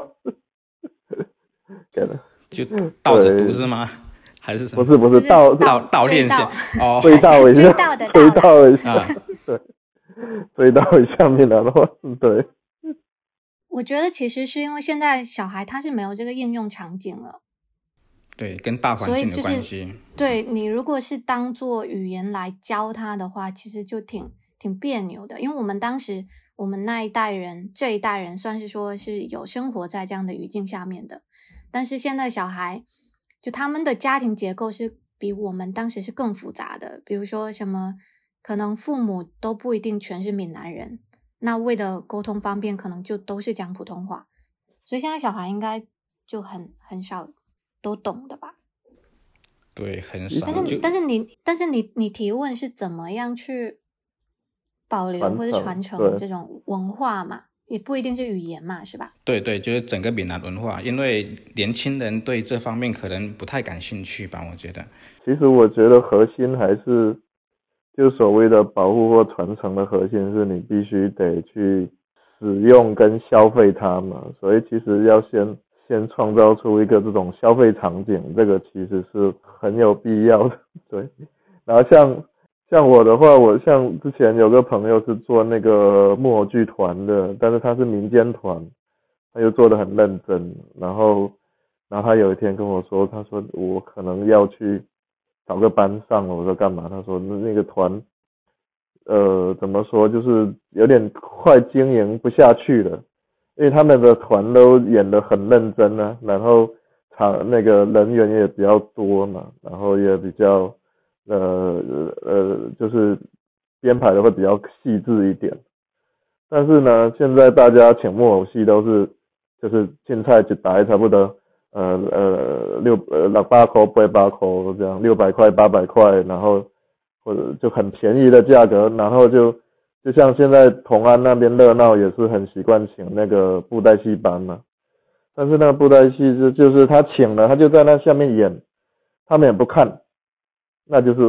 就倒着读是吗？还是什么？ 不是悼念一下哦， 追悼一下，追悼一下，对，追悼一下闽南话，对。 我觉得其实是因为现在小孩他是没有这个应用场景了， 对，跟大环境的关系。 对，你如果是当做语言来教他的话，其实就挺别扭的，因为我们当时我们这一代人算是说是有生活在这样的语境下面的，但是现在小孩就他们的家庭结构是比我们当时是更复杂的，比如说什么可能父母都不一定全是闽南人，那为了沟通方便可能就都是讲普通话，所以现在小孩应该就很少都懂的吧。 对，很少。 但是你提问是怎么样去保留或者传承这种文化嘛，也不一定是语言嘛，是吧？ 对，就是整个闽南文化，因为年轻人对这方面可能不太感兴趣吧，我觉得。 其实我觉得核心还是就所谓的保护或传承的核心是你必须得去使用跟消费它嘛，所以其实要先创造出一个这种消费场景，这个其实是很有必要的。对，然后像我的话，我像之前有个朋友是做那个木偶剧团的，但是他是民间团，他又做得很认真，然后他有一天跟我说，他说我可能要去找个班上了，我说干嘛？他说那个团怎么说，就是有点快经营不下去了，因为他们的团都演得很认真啊，然后那个人员也比较多嘛，然后也比较就是编排的会比较细致一点。但是呢，现在大家请木偶戏都是就是凊彩一台差不多600块800块这样，600块800块，然后或者就很便宜的价格，然后就像现在同安那边热闹也是很习惯请那个布袋戏班嘛，但是那个布袋戏就是他请了，他就在那下面演，他们也不看，那就是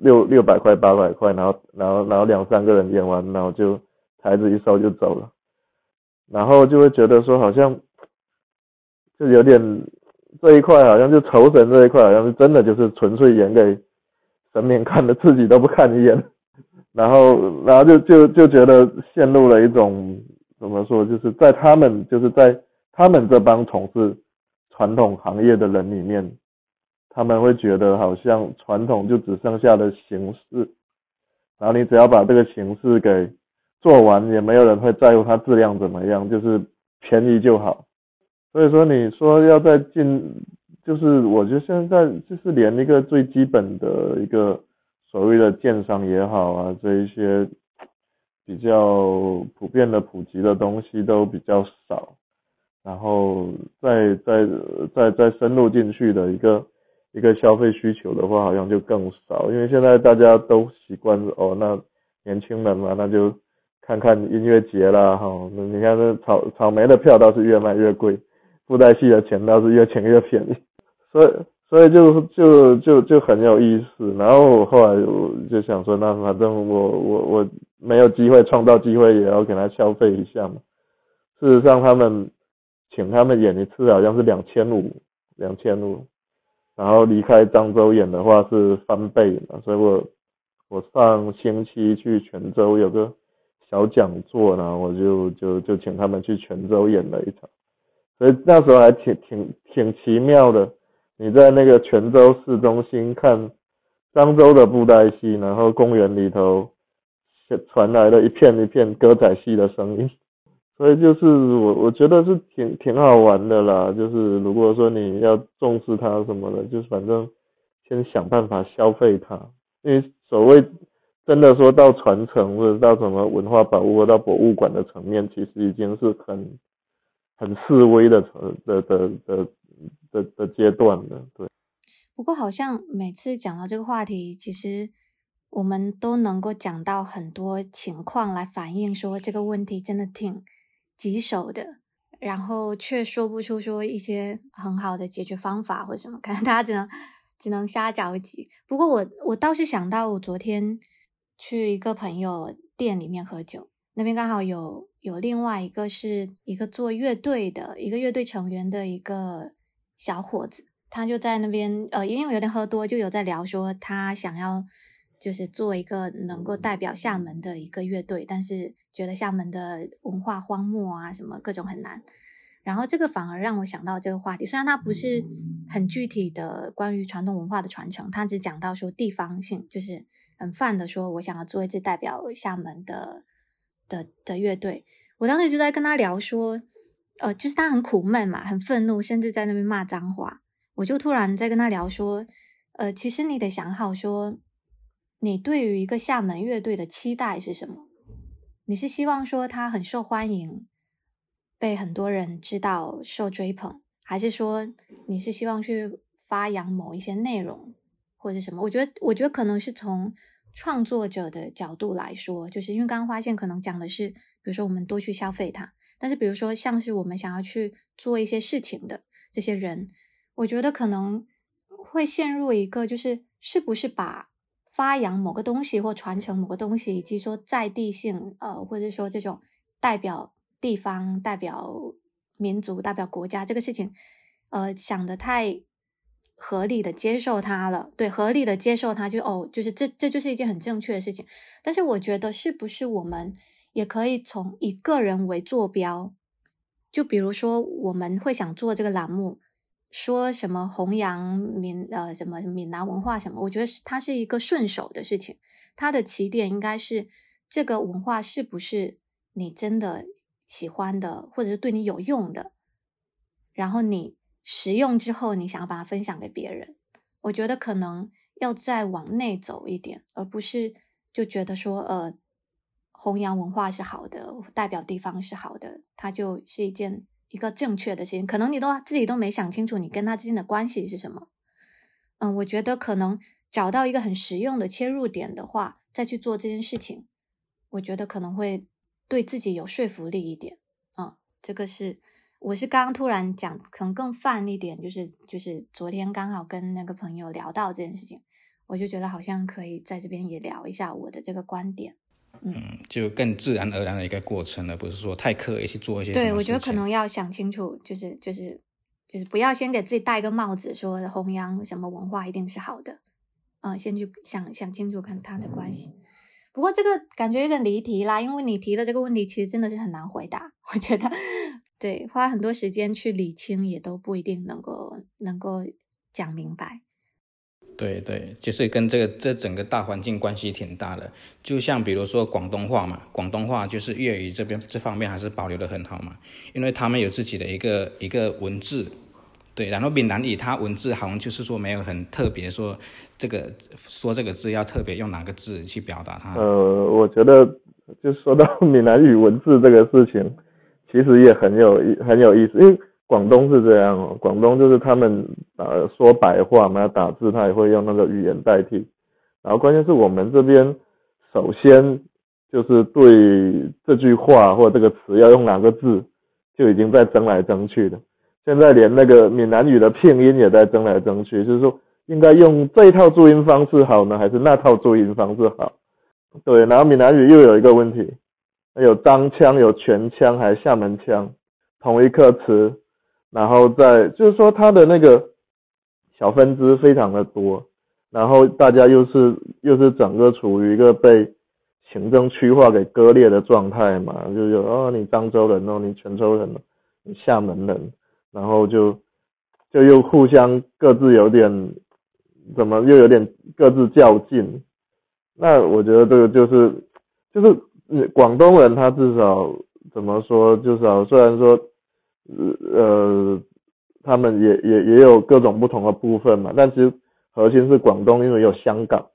600块800块，然后2-3个人演完，然后就台子一收就走了，然后就会觉得说好像就有点这一块好像就酬神这一块好像是真的就是纯粹演给神明看的，自己都不看一眼，然后就觉得陷入了一种怎么说，就是在他们这帮从事传统行业的人里面，他们会觉得好像传统就只剩下了形式，然后你只要把这个形式给做完，也没有人会在乎它质量怎么样，就是便宜就好。所以说你说要再就是我觉得现在就是连一个最基本的一个所谓的鉴赏也好啊，这一些比较普遍的普及的东西都比较少，然后再深入进去的一个消费需求的话，好像就更少，因为现在大家都习惯那年轻人嘛，那就看看音乐节啦，你看这草莓的票倒是越卖越贵，布袋戏的钱倒是越钱越便宜，所以就很有意思。然后我后来我就想说，那反正我没有机会创造机会，也要给他消费一下嘛。事实上请他们演一次好像是2500，然后离开漳州演的话是翻倍嘛，所以我上星期去泉州有个小讲座，然后我就请他们去泉州演了一场，所以那时候还挺奇妙的。你在那个泉州市中心看漳州的布袋戏，然后公园里头传来了一片一片歌仔戏的声音，所以就是我觉得是挺好玩的啦。就是如果说你要重视它什么的，就是反正先想办法消费它，因为所谓真的说到传承或者到什么文化保护或到博物馆的层面，其实已经是很示威的阶段了。对。 不过好像每次讲到这个话题，其实我们都能够讲到很多情况来反映说这个问题真的挺棘手的，然后却说不出说一些很好的解决方法或者什么，可能大家只能瞎着急。不过我倒是想到，我昨天去一个朋友店里面喝酒，那边刚好有另外一个是一个做乐队的一个乐队成员的一个小伙子，他就在那边因为有点喝多，就有在聊说他想要就是做一个能够代表厦门的一个乐队，但是觉得厦门的文化荒漠啊什么各种很难。然后这个反而让我想到这个话题，虽然它不是很具体的关于传统文化的传承，它只讲到说地方性，就是很泛的说我想要做一支代表厦门的乐队。我当时就在跟他聊说就是他很苦闷嘛，很愤怒，甚至在那边骂脏话。我就突然在跟他聊说其实你得想好说你对于一个厦门乐队的期待是什么。你是希望说他很受欢迎，被很多人知道，受追捧，还是说你是希望去发扬某一些内容或者什么？我觉得可能是从创作者的角度来说，就是因为刚刚发现可能讲的是比如说我们多去消费它，但是比如说像是我们想要去做一些事情的这些人，我觉得可能会陷入一个就是是不是把发扬某个东西或传承某个东西，以及说在地性，或者说这种代表地方、代表民族、代表国家这个事情，想得太合理的接受它了，对，合理的接受它就是这就是一件很正确的事情。但是我觉得是不是我们也可以从以个人为坐标，就比如说我们会想做这个栏目，说什么弘扬什么闽南文化什么，我觉得它是一个顺手的事情，它的起点应该是这个文化是不是你真的喜欢的，或者是对你有用的，然后你实用之后，你想要把它分享给别人，我觉得可能要再往内走一点，而不是就觉得说弘扬文化是好的，代表地方是好的，它就是一个正确的事情。可能你自己都没想清楚你跟他之间的关系是什么。我觉得可能找到一个很实用的切入点的话，再去做这件事情，我觉得可能会对自己有说服力一点。这个我是刚刚突然讲，可能更泛一点，就是昨天刚好跟那个朋友聊到这件事情，我就觉得好像可以在这边也聊一下我的这个观点。 就更自然而然的一个过程，而不是说太刻意去做一些什么事情。 对，我觉得可能要想清楚，就是不要先给自己戴个帽子，说弘扬什么文化一定是好的，先去想清楚看它的关系。不过这个感觉有点离题啦，因为你提的这个问题其实真的是很难回答，我觉得对，花很多时间去理清也都不一定能够讲明白。 对对，就是跟这整个大环境关系挺大的。就像比如说广东话嘛，广东话就是粤语这方面还是保留的很好嘛，因为他们有自己的一个文字。对，然后闽南语它文字好像就是说没有很特别说这个字要特别用哪个字去表达它。 我觉得就说到闽南语文字这个事情，其实也很有意思，因为广东是这样广东就是他们说白话嘛，打字他也会用那个语言代替，然后关键是我们这边首先就是对这句话或这个词要用哪个字就已经在争来争去的。现在连那个闽南语的拼音也在争来争去，就是说应该用这一套注音方式好呢，还是那套注音方式好？对，然后闽南语又有一个问题，有漳腔、有泉腔还是厦门腔，同一个词，然后就是说它的那个小分支非常的多，然后大家又是整个处于一个被行政区划给割裂的状态嘛，就有你漳州人你泉州人你厦门人。然后就又互相各自有点又有点各自较劲。那我觉得这个就是广东人他至少怎么说，至少虽然说他们也有各种不同的部分嘛，但其实核心是广东因为有香港，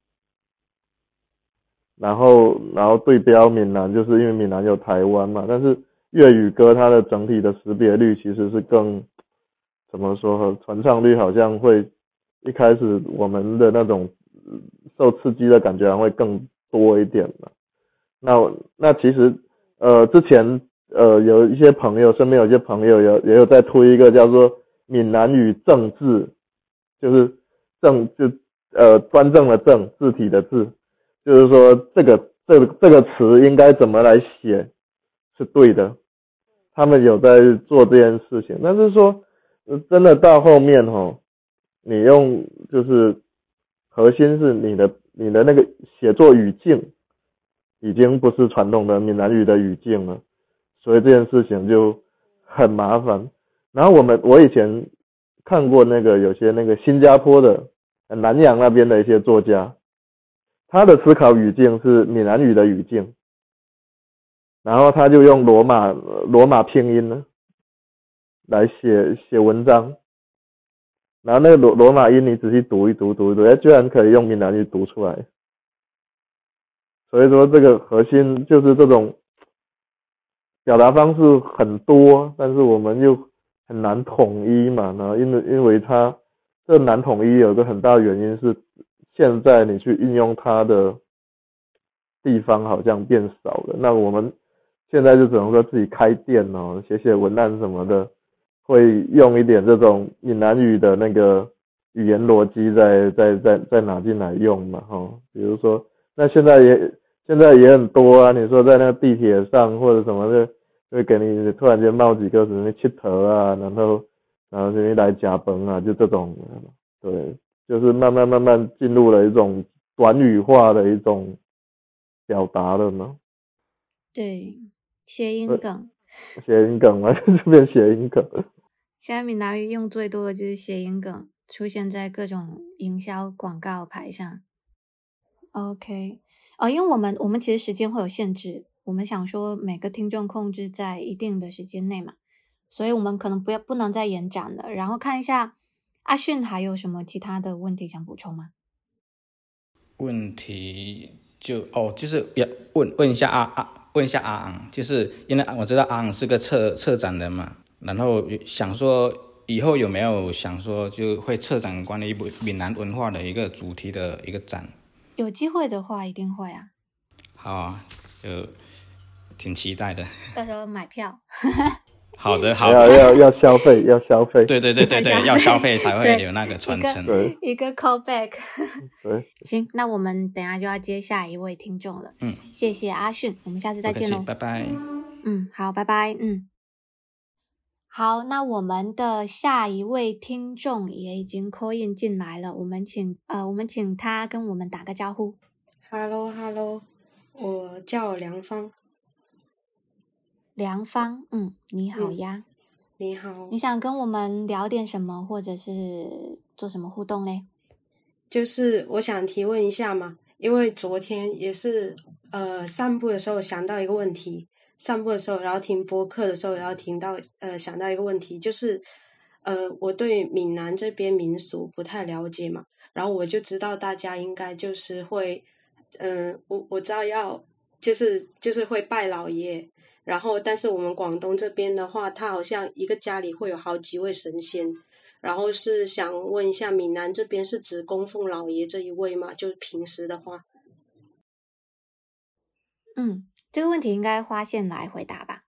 然后对标闽南，就是因为闽南有台湾嘛，但是粤语歌它的整体的识别率其实是更怎么说，传唱率好像会一开始我们的那种受刺激的感觉还会更多一点嘛。那其实之前有一些朋友身边有一些朋友也有在推一个叫做闽南语正字，就是专政的政，字体的字，就是说这个词应该怎么来写是对的。他们有在做这件事情，但是说真的到后面你用就是核心是你的那个写作语境已经不是传统的闽南语的语境了，所以这件事情就很麻烦。然后我以前看过那个有些那个新加坡的南洋那边的一些作家，他的思考语境是闽南语的语境，然后他就用罗马拼音呢来写文章，然后那个罗马音你仔细读一读，居然可以用闽南语读出来。所以说这个核心就是这种表达方式很多，但是我们又很难统一嘛。然后因为它这难统一有一个很大的原因是，现在你去运用它的地方好像变少了。那我们现在就只能说自己开店写文案什么的，会用一点这种闽南语的那个语言逻辑再拿进来用嘛，比如说，那现在也很多啊，你说在那个地铁上或者什么的，会给你突然间冒几个什么气头啊，然后这边来加崩啊，就这种，对，就是慢慢进入了一种短语化的一种表达了嘛。 对，谐音梗。 谐音梗嘛，这边谐音梗。 现在闽南语用最多的就是谐音梗，出现在各种营销广告牌上。OK，因为我们其实时间会有限制，我们想说每个听众控制在一定的时间内嘛，所以我们可能不能再延展了。然后看一下阿迅还有什么其他的问题想补充吗？ 问题就是要问一下阿昂，就是因为我知道阿昂是个策展人嘛，然后想说以后有没有想说就会策展关于闽南文化的一个主题的一个展？ 有机会的话一定会啊。 好啊，就挺期待的。 到时候买票。 好的， 要消费，要消费。 对，要消费才会有那个传承。 一个 callback。 对， 行，那我们等一下就要接下一位听众了。谢谢阿迅，我们下次再见喽。 拜拜。 好，拜拜。好，那我们的下一位听众也已经 call in 进来了，我们请他跟我们打个招呼。 Hello， 我叫梁芳。 梁芳，你好呀。 你好。 你想跟我们聊点什么，或者是做什么互动嘞？ 就是我想提问一下嘛，因为昨天也是散步的时候想到一个问题，散步的时候，然后听播客的时候，然后想到一个问题，就是我对闽南这边民俗不太了解嘛，然后我就知道大家应该就是会，我知道要就是会拜老爷。然后但是我们广东这边的话，它好像一个家里会有好几位神仙，然后是想问一下闽南这边是只供奉老爷这一位吗？就是平时的话。 这个问题应该花线来回答吧。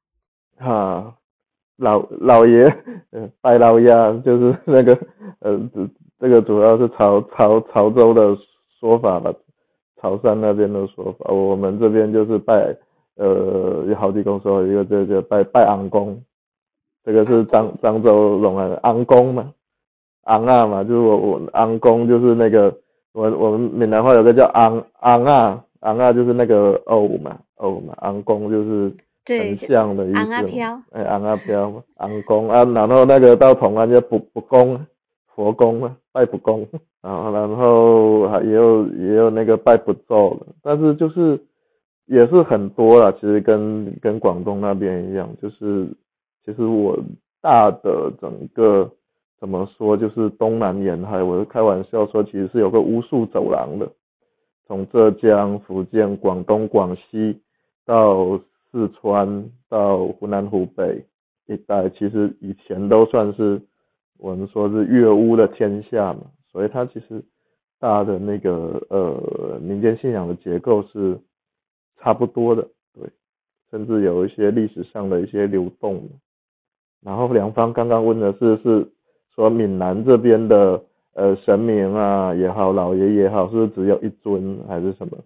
老爷拜老爷就是那个这个主要是潮州的说法吧，潮汕那边的说法，我们这边就是拜有好几公说，一个这个拜昂公，这个是漳州龙安昂公嘛，昂啊嘛，就是我昂公就是那个我们闽南话有个叫昂啊就是那个偶嘛，昂公就是很像的意思， 昂啊飘， 昂啊飘嘛，昂公啊，然后那个到同安就卜公，佛公嘛，拜卜公，然后也有那个拜卜咒的，但是就是也是很多啦，其实跟广东那边一样，就是其实我大的整个怎么说，就是东南沿海，我开玩笑说其实是有个巫术走廊的，从浙江、福建、广东、广西到四川到湖南、湖北一带，其实以前都算是我们说是粤巫的天下嘛，所以它其实大的那个民间信仰的结构是差不多的，对，甚至有一些历史上的一些流动。然后梁芳刚刚问的是说闽南这边的神明啊也好，老爷也好，是不是只有一尊还是什么？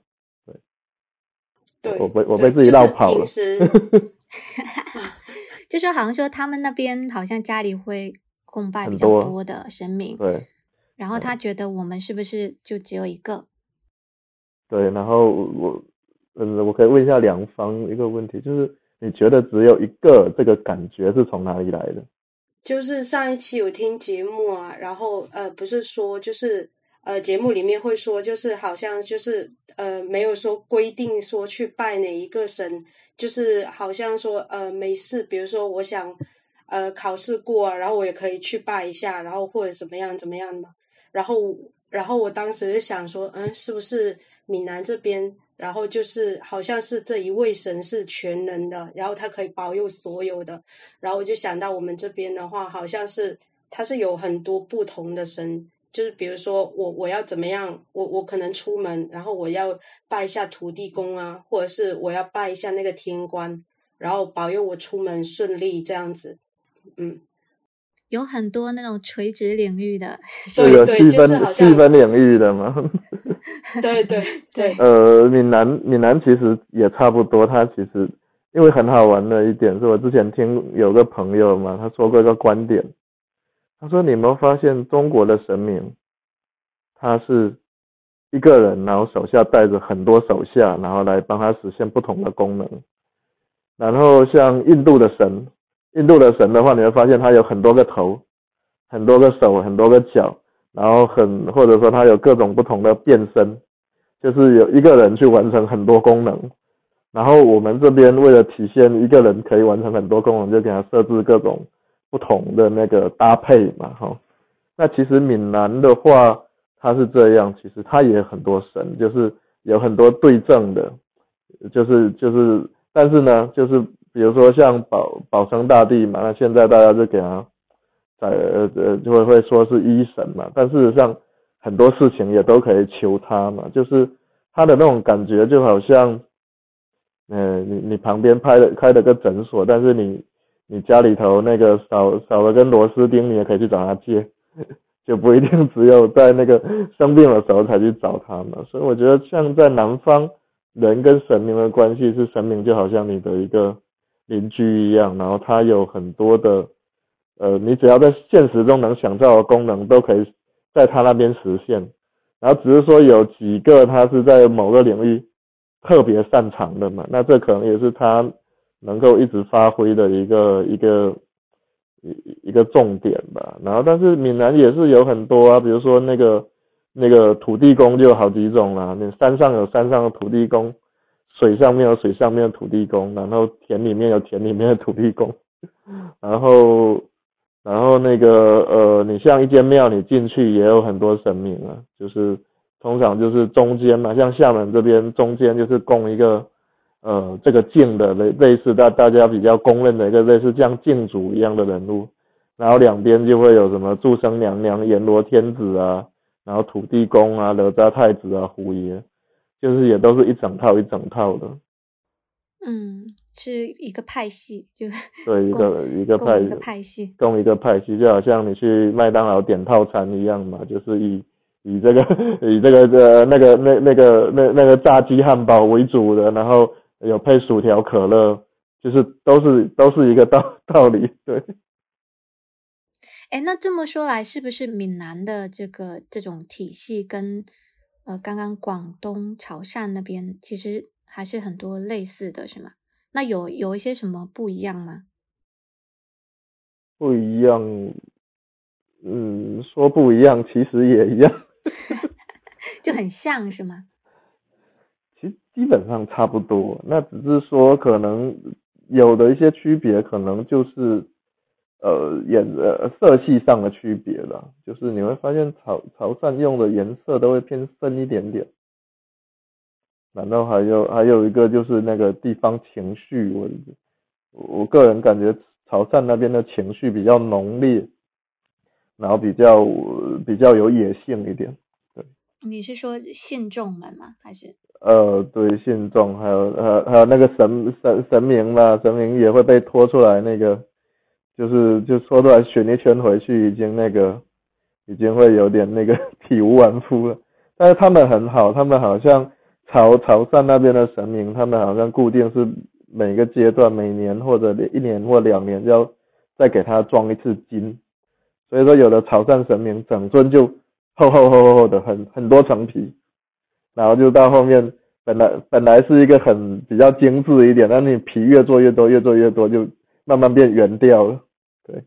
对，我被自己绕跑了。 就说好像说他们那边好像家里会供拜比较多的神明， 对。 然后他觉得我们是不是就只有一个？ 对，然后我可以问一下梁芳一个问题，就是你觉得只有一个这个感觉是从哪里来的？ 就是上一期有听节目啊，然后不是说就是节目里面会说，就是好像就是没有说规定说去拜哪一个神，就是好像说没事，比如说我想考试过啊，然后我也可以去拜一下，然后或者怎么样嘛，然后我当时就想说，是不是闽南这边，然后就是好像是这一位神是全能的，然后他可以保佑所有的，然后我就想到我们这边的话，好像是它是有很多不同的神，就是比如说我要怎么样，我可能出门，然后我要拜一下土地公啊，或者是我要拜一下那个天官，然后保佑我出门顺利这样子。 有很多那种垂直领域的， 这个对，就是好像细分领域的嘛。 对， 闽南其实也差不多，它其实因为很好玩的一点是我之前听有个朋友嘛，他说过一个观点，他说你有没有发现中国的神明，他是一个人，然后手下带着很多手下，然后来帮他实现不同的功能。然后像印度的神的话，你会发现他有很多个头，很多个手，很多个脚，然后或者说他有各种不同的变身，就是有一个人去完成很多功能。然后我们这边为了体现一个人可以完成很多功能，就给他设置各种不同的那个搭配嘛，那其实闽南的话，它是这样，其实它也有很多神，就是有很多对正的，但是呢，就是比如说像保生大帝嘛，那现在大家就给他就会说是一神嘛，但事实上很多事情也都可以求他嘛，就是他的那种感觉就好像，你旁边开了个诊所，但是你家里头那个少了根螺丝钉，你也可以去找他借，就不一定只有在那个生病的时候才去找他嘛。所以我觉得像在南方，人跟神明的关系是神明就好像你的一个邻居一样，然后他有很多的你只要在现实中能想到的功能都可以在他那边实现，然后只是说有几个他是在某个领域特别擅长的嘛，那这可能也是他能够一直发挥的一个重点吧。然后但是闽南也是有很多啊，比如说那个土地公就有好几种啦，你山上有山上的土地公，水上面有水上面的土地公，然后田里面有田里面的土地公，然后那个你像一间庙你进去也有很多神明啊，就是通常就是中间嘛，像厦门这边中间就是供一个这个镜的类似大家比较公认的一个类似像镜主一样的人物，然后两边就会有什么祝生娘娘、阎罗天子啊，然后土地公啊、哪吒太子啊、虎爷，就是也都是一整套的。 是一个派系，就对，一个派系， 供一个派系，就好像你去麦当劳点套餐一样嘛，就是以这个那个炸鸡汉堡为主的，然后有配薯条、可乐，就是都是一个道理，对。 那这么说来，是不是闽南的这种体系跟刚刚广东潮汕那边其实还是很多类似的，是吗？那有一些什么不一样吗？ 不一样，说不一样，其实也一样， 就很像是吗？ 其实基本上差不多，那只是说可能有的一些区别，可能就是色系上的区别啦，就是你会发现潮汕用的颜色都会偏深一点点。然后还有一个就是那个地方情绪，我个人感觉潮汕那边的情绪比较浓烈，然后比较有野性一点。对， 你是说信众们吗？还是？ 对，信众还有那个神明啦，神明也会被拖出来，那个就拖出来选一圈回去，已经会有点那个体无完肤了。但是他们很好，他们好像潮汕那边的神明，他们好像固定是每个阶段每年或者1年或2年就要再给他装一次金，所以说有的潮汕神明整尊就厚的很多层皮，然后就到后面本来是一个比较精致一点，但你皮越做越多就慢慢变圆掉了。对，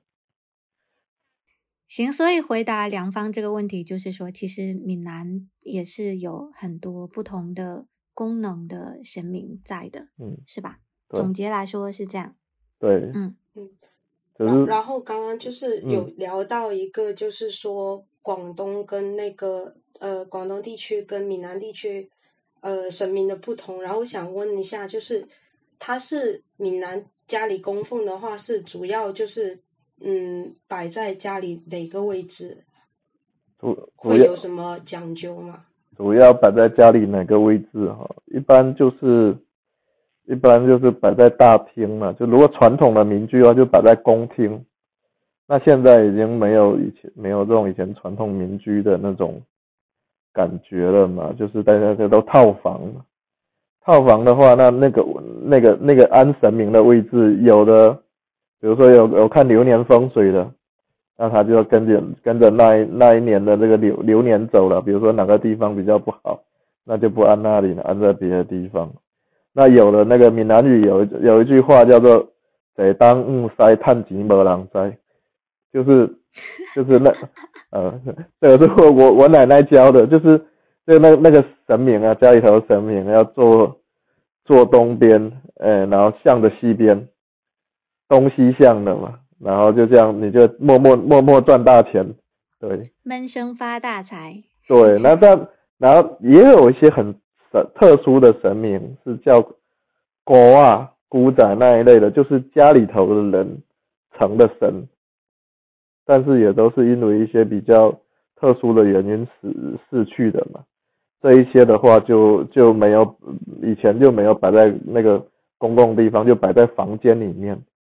行，所以回答梁芳这个问题就是说，其实闽南也是有很多不同的功能的神明在的，是吧？总结来说是这样。 对， 然后刚刚就是有聊到一个，就是说广东跟那个广东地区跟闽南地区神明的不同，然后想问一下，就是它是闽南家里供奉的话，是主要就是摆在家里哪个位置？会有什么讲究吗？ 主要摆在家里哪个位置哈？一般就是摆在大厅嘛，就如果传统的民居的话，就摆在公厅。 那现在已经没有这种以前传统民居的那种感觉了嘛，就是大家都套房了。套房的话，那个安神明的位置，有的比如说有看流年风水的，那他就跟着那一年的这个流年走了，比如说哪个地方比较不好，那就不安那里了，安在别的地方。那有的那个闽南语有一句话叫做"坐当塞探钱没人知"，就是那这个是我奶奶教的，就是那个神明啊，家里头神明要坐东边，然后向着西边，东西向的嘛，然后就这样你就默默赚大钱，对， 闷声发大财。 对，然后也有一些很特殊的神明是叫姑啊、姑仔那一类的，就是家里头的人成的神，但是也都是因为一些比较特殊的原因逝去的嘛。这一些的话就没有，以前就没有摆在那个公共地方，就摆在房间里面，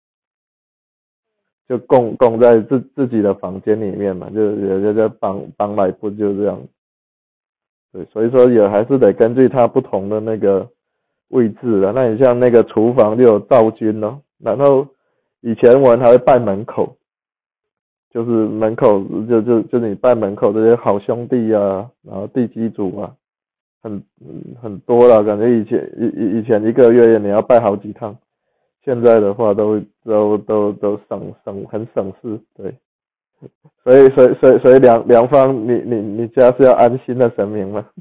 就供在自己的房间里面嘛，就有在帮来不就这样。对，所以说也还是得根据它不同的那个位置啊。那你像那个厨房就有灶君咯，然后以前我们还会拜门口，就是门口就你拜门口这些好兄弟啊，然后地基主啊，很多啦，感觉以前一个月你要拜好几趟，现在的话都很省事，对。所以两方，你家是要安心的神明吗？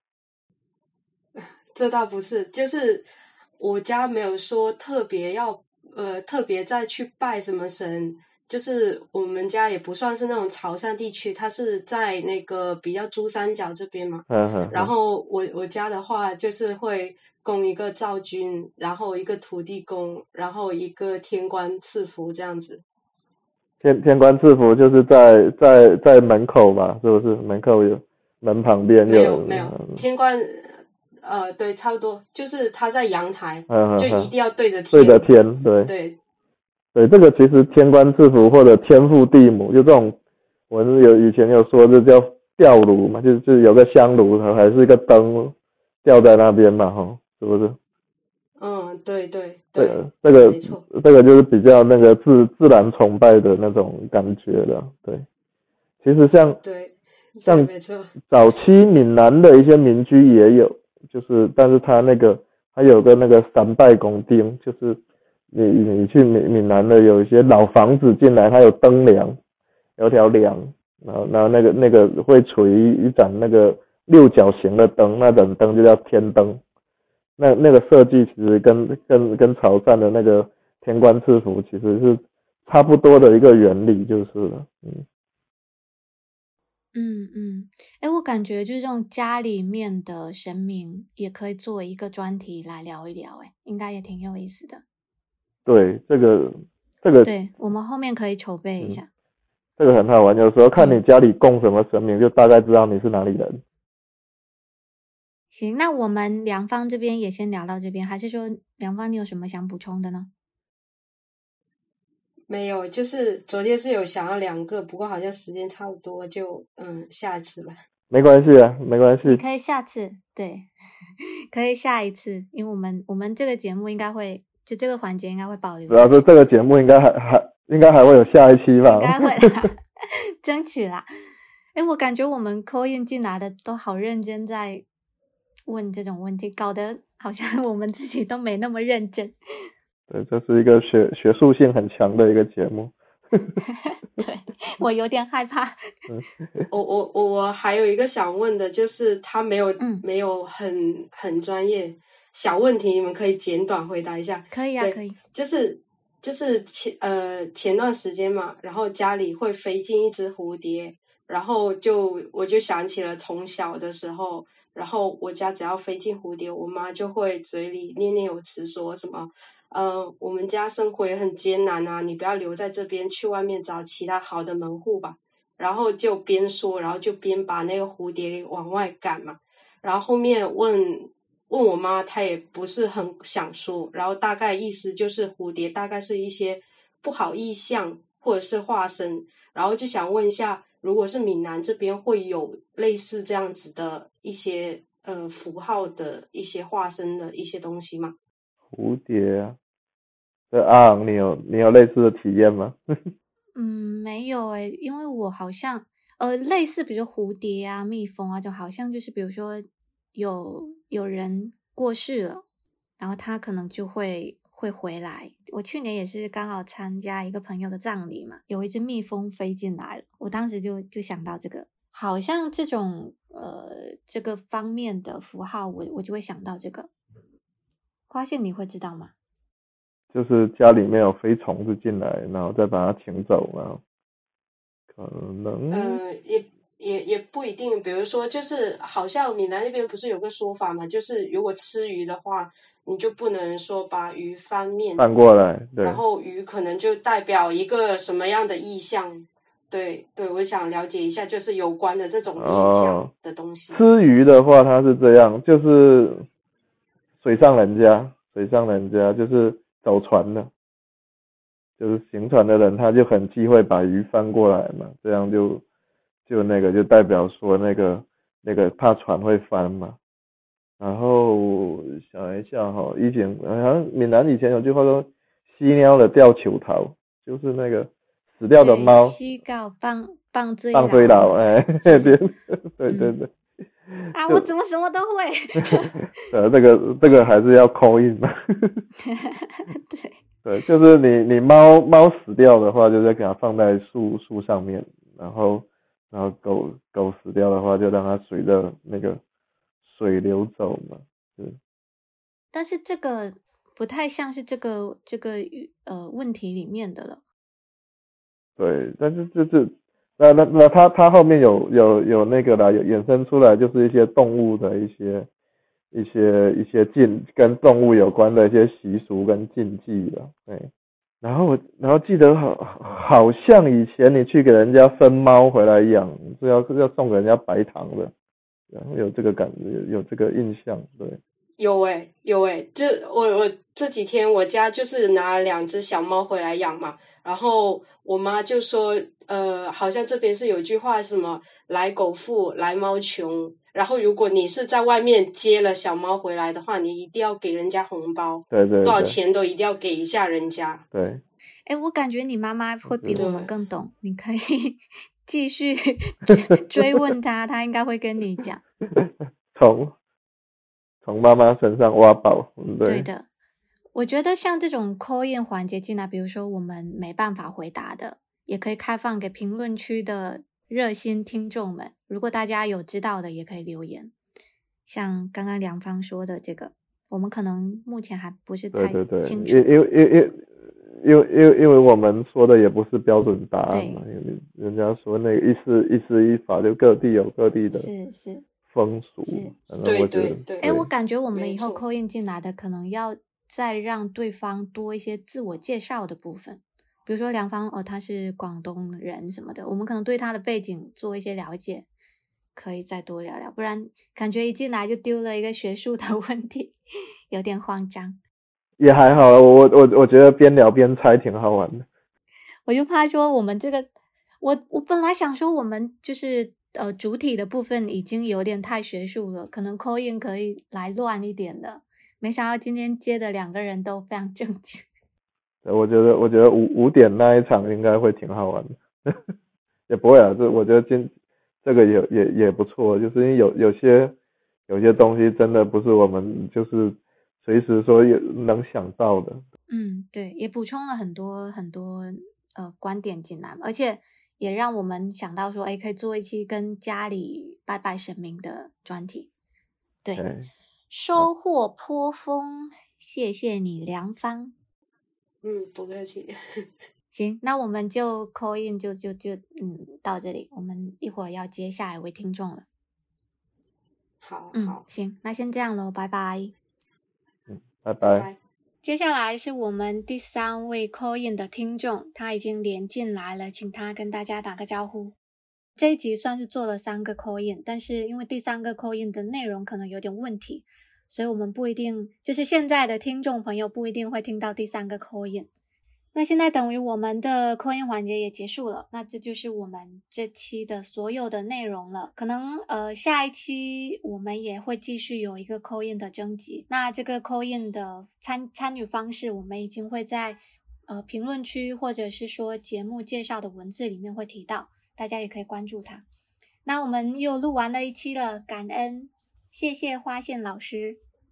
这倒不是，就是我家没有说特别要特别再去拜什么神，就是我们家也不算是那种潮汕地区，它是在那个比较珠三角这边嘛。然后我家的话就是会供一个灶君，然后一个土地公，然后一个天官赐福这样子。 天官赐福就是在门口嘛，是不是？门口有门旁边没有天官，对，差不多，就是他在阳台，就一定要对着天。 对着天，对。对，这个其实天官赐福或者天父地母，就这种，我们以前有说这叫吊炉嘛，就是有个香炉，还是一个灯吊在那边嘛，吼，是不是？ 对， 这个没错， 这个就是比较那个自然崇拜的那种感觉了。对，其实像没错， 早期闽南的一些民居也有，就是但是它有个那个三拜公丁，就是你去闽南的有一些老房子进来，它有灯梁，有条梁，然后那个会垂一盏那个六角形的灯，那盏灯就叫天灯。那个设计其实跟潮汕的那个天官赐福其实是差不多的一个原理，就是了。 我感觉就是这种家里面的神明也可以做一个专题来聊一聊，应该也挺有意思的。 对，这个， 对，我们后面可以筹备一下。 这个很好玩，有时候看你家里供什么神明，就大概知道你是哪里人。 行，那我们梁芳这边也先聊到这边，还是说梁芳你有什么想补充的呢？ 没有，就是昨天是有想要2个，不过好像时间差不多，就下一次吧。 没关系啊，没关系。 你可以下次，对，可以下一次，因为我们这个节目应该会，就这个环节应该会保留。 主要是这个节目应该还会有下一期吧？ 应该会啦，争取啦。我感觉我们 call in 进来的都好认真在问这种问题，搞得好像我们自己都没那么认真。 对，这是一个学术性很强的一个节目。 对，我有点害怕。 我还有一个想问的，就是他没有很专业，小问题你们可以简短回答一下。 可以啊，可以。 就是前段时间嘛，然后家里会飞进一只蝴蝶，然后我就想起了从小的时候，然后我家只要飞进蝴蝶，我妈就会嘴里念念有词说什么我们家生活也很艰难啊，你不要留在这边，去外面找其他好的门户吧。然后就边说，然后就边把那个蝴蝶往外赶嘛。然后后面问我妈，她也不是很想说，然后大概意思就是蝴蝶大概是一些不好意象， 或者是化身，然后就想问一下，如果是闽南这边会有类似这样子的一些符号的一些化身的一些东西吗？ 蝴蝶啊，这阿昂你有类似的体验吗？ 没有诶，因为我好像类似，比如说蝴蝶啊、蜜蜂啊，就好像就是比如说有人过世了，然后他可能就会回来。我去年也是刚好参加一个朋友的葬礼嘛，有一只蜜蜂飞进来了，我当时就想到这个，好像这种这个方面的符号，我就会想到这个。花线你会知道吗？ 就是家里面有飞虫子进来，然后再把它请走，然后可能也不一定，比如说就是好像闽南那边不是有个说法嘛，就是如果吃鱼的话，你就不能说把鱼翻面翻过来，对， 然后鱼可能就代表一个什么样的意象。对，我想了解一下，就是有关的这种意象的东西。 吃鱼的话，它是这样，就是水上人家就是走船的，就是行船的人，他就很忌讳把鱼翻过来嘛，这样就那个就代表说那个怕船会翻嘛。然后想一下哈，以前好像闽南以前有句话说“犀鸟的吊球桃”，就是那个死掉的猫， 西告棒追老，哎，对对。 啊，我怎么什么都会？ 这个还是要 call in 嘛。对，就是你猫死掉的话，就再给它放在树上面，然后狗死掉的话，就让它随着那个水流走嘛。 但是这个不太像是这个问题里面的了。对， 但是那它后面有那个啦，有衍生出来就是一些动物的一些跟动物有关的一些习俗跟禁忌啦，对。然后记得好像以前你去给人家分猫回来养，是要送给人家白糖的，然后有这个感觉，有这个印象，对。 有欸，就我这几天我家就是拿了2只小猫回来养嘛，然后我妈就说，好像这边是有句话什么“来狗富，来猫穷”，然后如果你是在外面接了小猫回来的话，你一定要给人家红包， 对， 多少钱都一定要给一下人家。 对。 我感觉你妈妈会比我们更懂，你可以继续追问她，她应该会跟你讲。 从妈妈身上挖宝， 对的。我觉得像这种 call in 环节进来，比如说我们没办法回答的，也可以开放给评论区的热心听众们，如果大家有知道的也可以留言。像刚刚梁芳说的这个，我们可能目前还不是太清楚。 因为我们说的也不是标准答案嘛，人家说那个一丝一法，就各地有各地的是风俗。 对。 我感觉我们以后 call in 进来的，可能要再让对方多一些自我介绍的部分，比如说梁芳他是广东人什么的，我们可能对他的背景做一些了解，可以再多聊聊，不然感觉一进来就丢了一个学术的问题，有点慌张。 也还好，我觉得边聊边猜挺好玩的。 我就怕说我们这个，我本来想说我们就是主体的部分已经有点太学术了，可能 call in 可以来乱一点的，没想到今天接的2个人都非常正经。 我觉得5点那一场应该会挺好玩的。也不会啊，我觉得这个也不错，就是因为有些东西真的不是我们就是随时说也能想到的。 对，也补充了很多观点进来，而且也让我们想到说，可以做一期跟家里拜拜神明的专题。对，收获颇丰，谢谢你梁芳。 不客气。 行，那我们就 call in 就到这里，我们一会儿要接下一位听众了。 好， 行，那先这样咯，拜拜。 拜拜。 接下来是我们第3位 call in 的听众，他已经连进来了，请他跟大家打个招呼。这一集算是做了3个 call in， 但是因为第3个 call in 的内容可能有点问题，所以我们不一定，就是现在的听众朋友不一定会听到第3个 call in， 那现在等于我们的扣音环节也结束了，那这就是我们这期的所有的内容了。可能下一期我们也会继续有一个扣音的征集，那这个扣音的参与方式，我们已经会在评论区或者是说节目介绍的文字里面会提到，大家也可以关注它。那我们又录完了一期了，感恩，谢谢花线老师。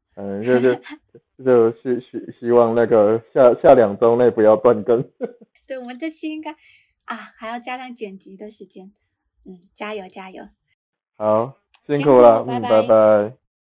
就希望那个下2周内不要断更。 对，我们这期应该还要加上剪辑的时间，加油加油。 好，辛苦了， 拜拜。 拜拜。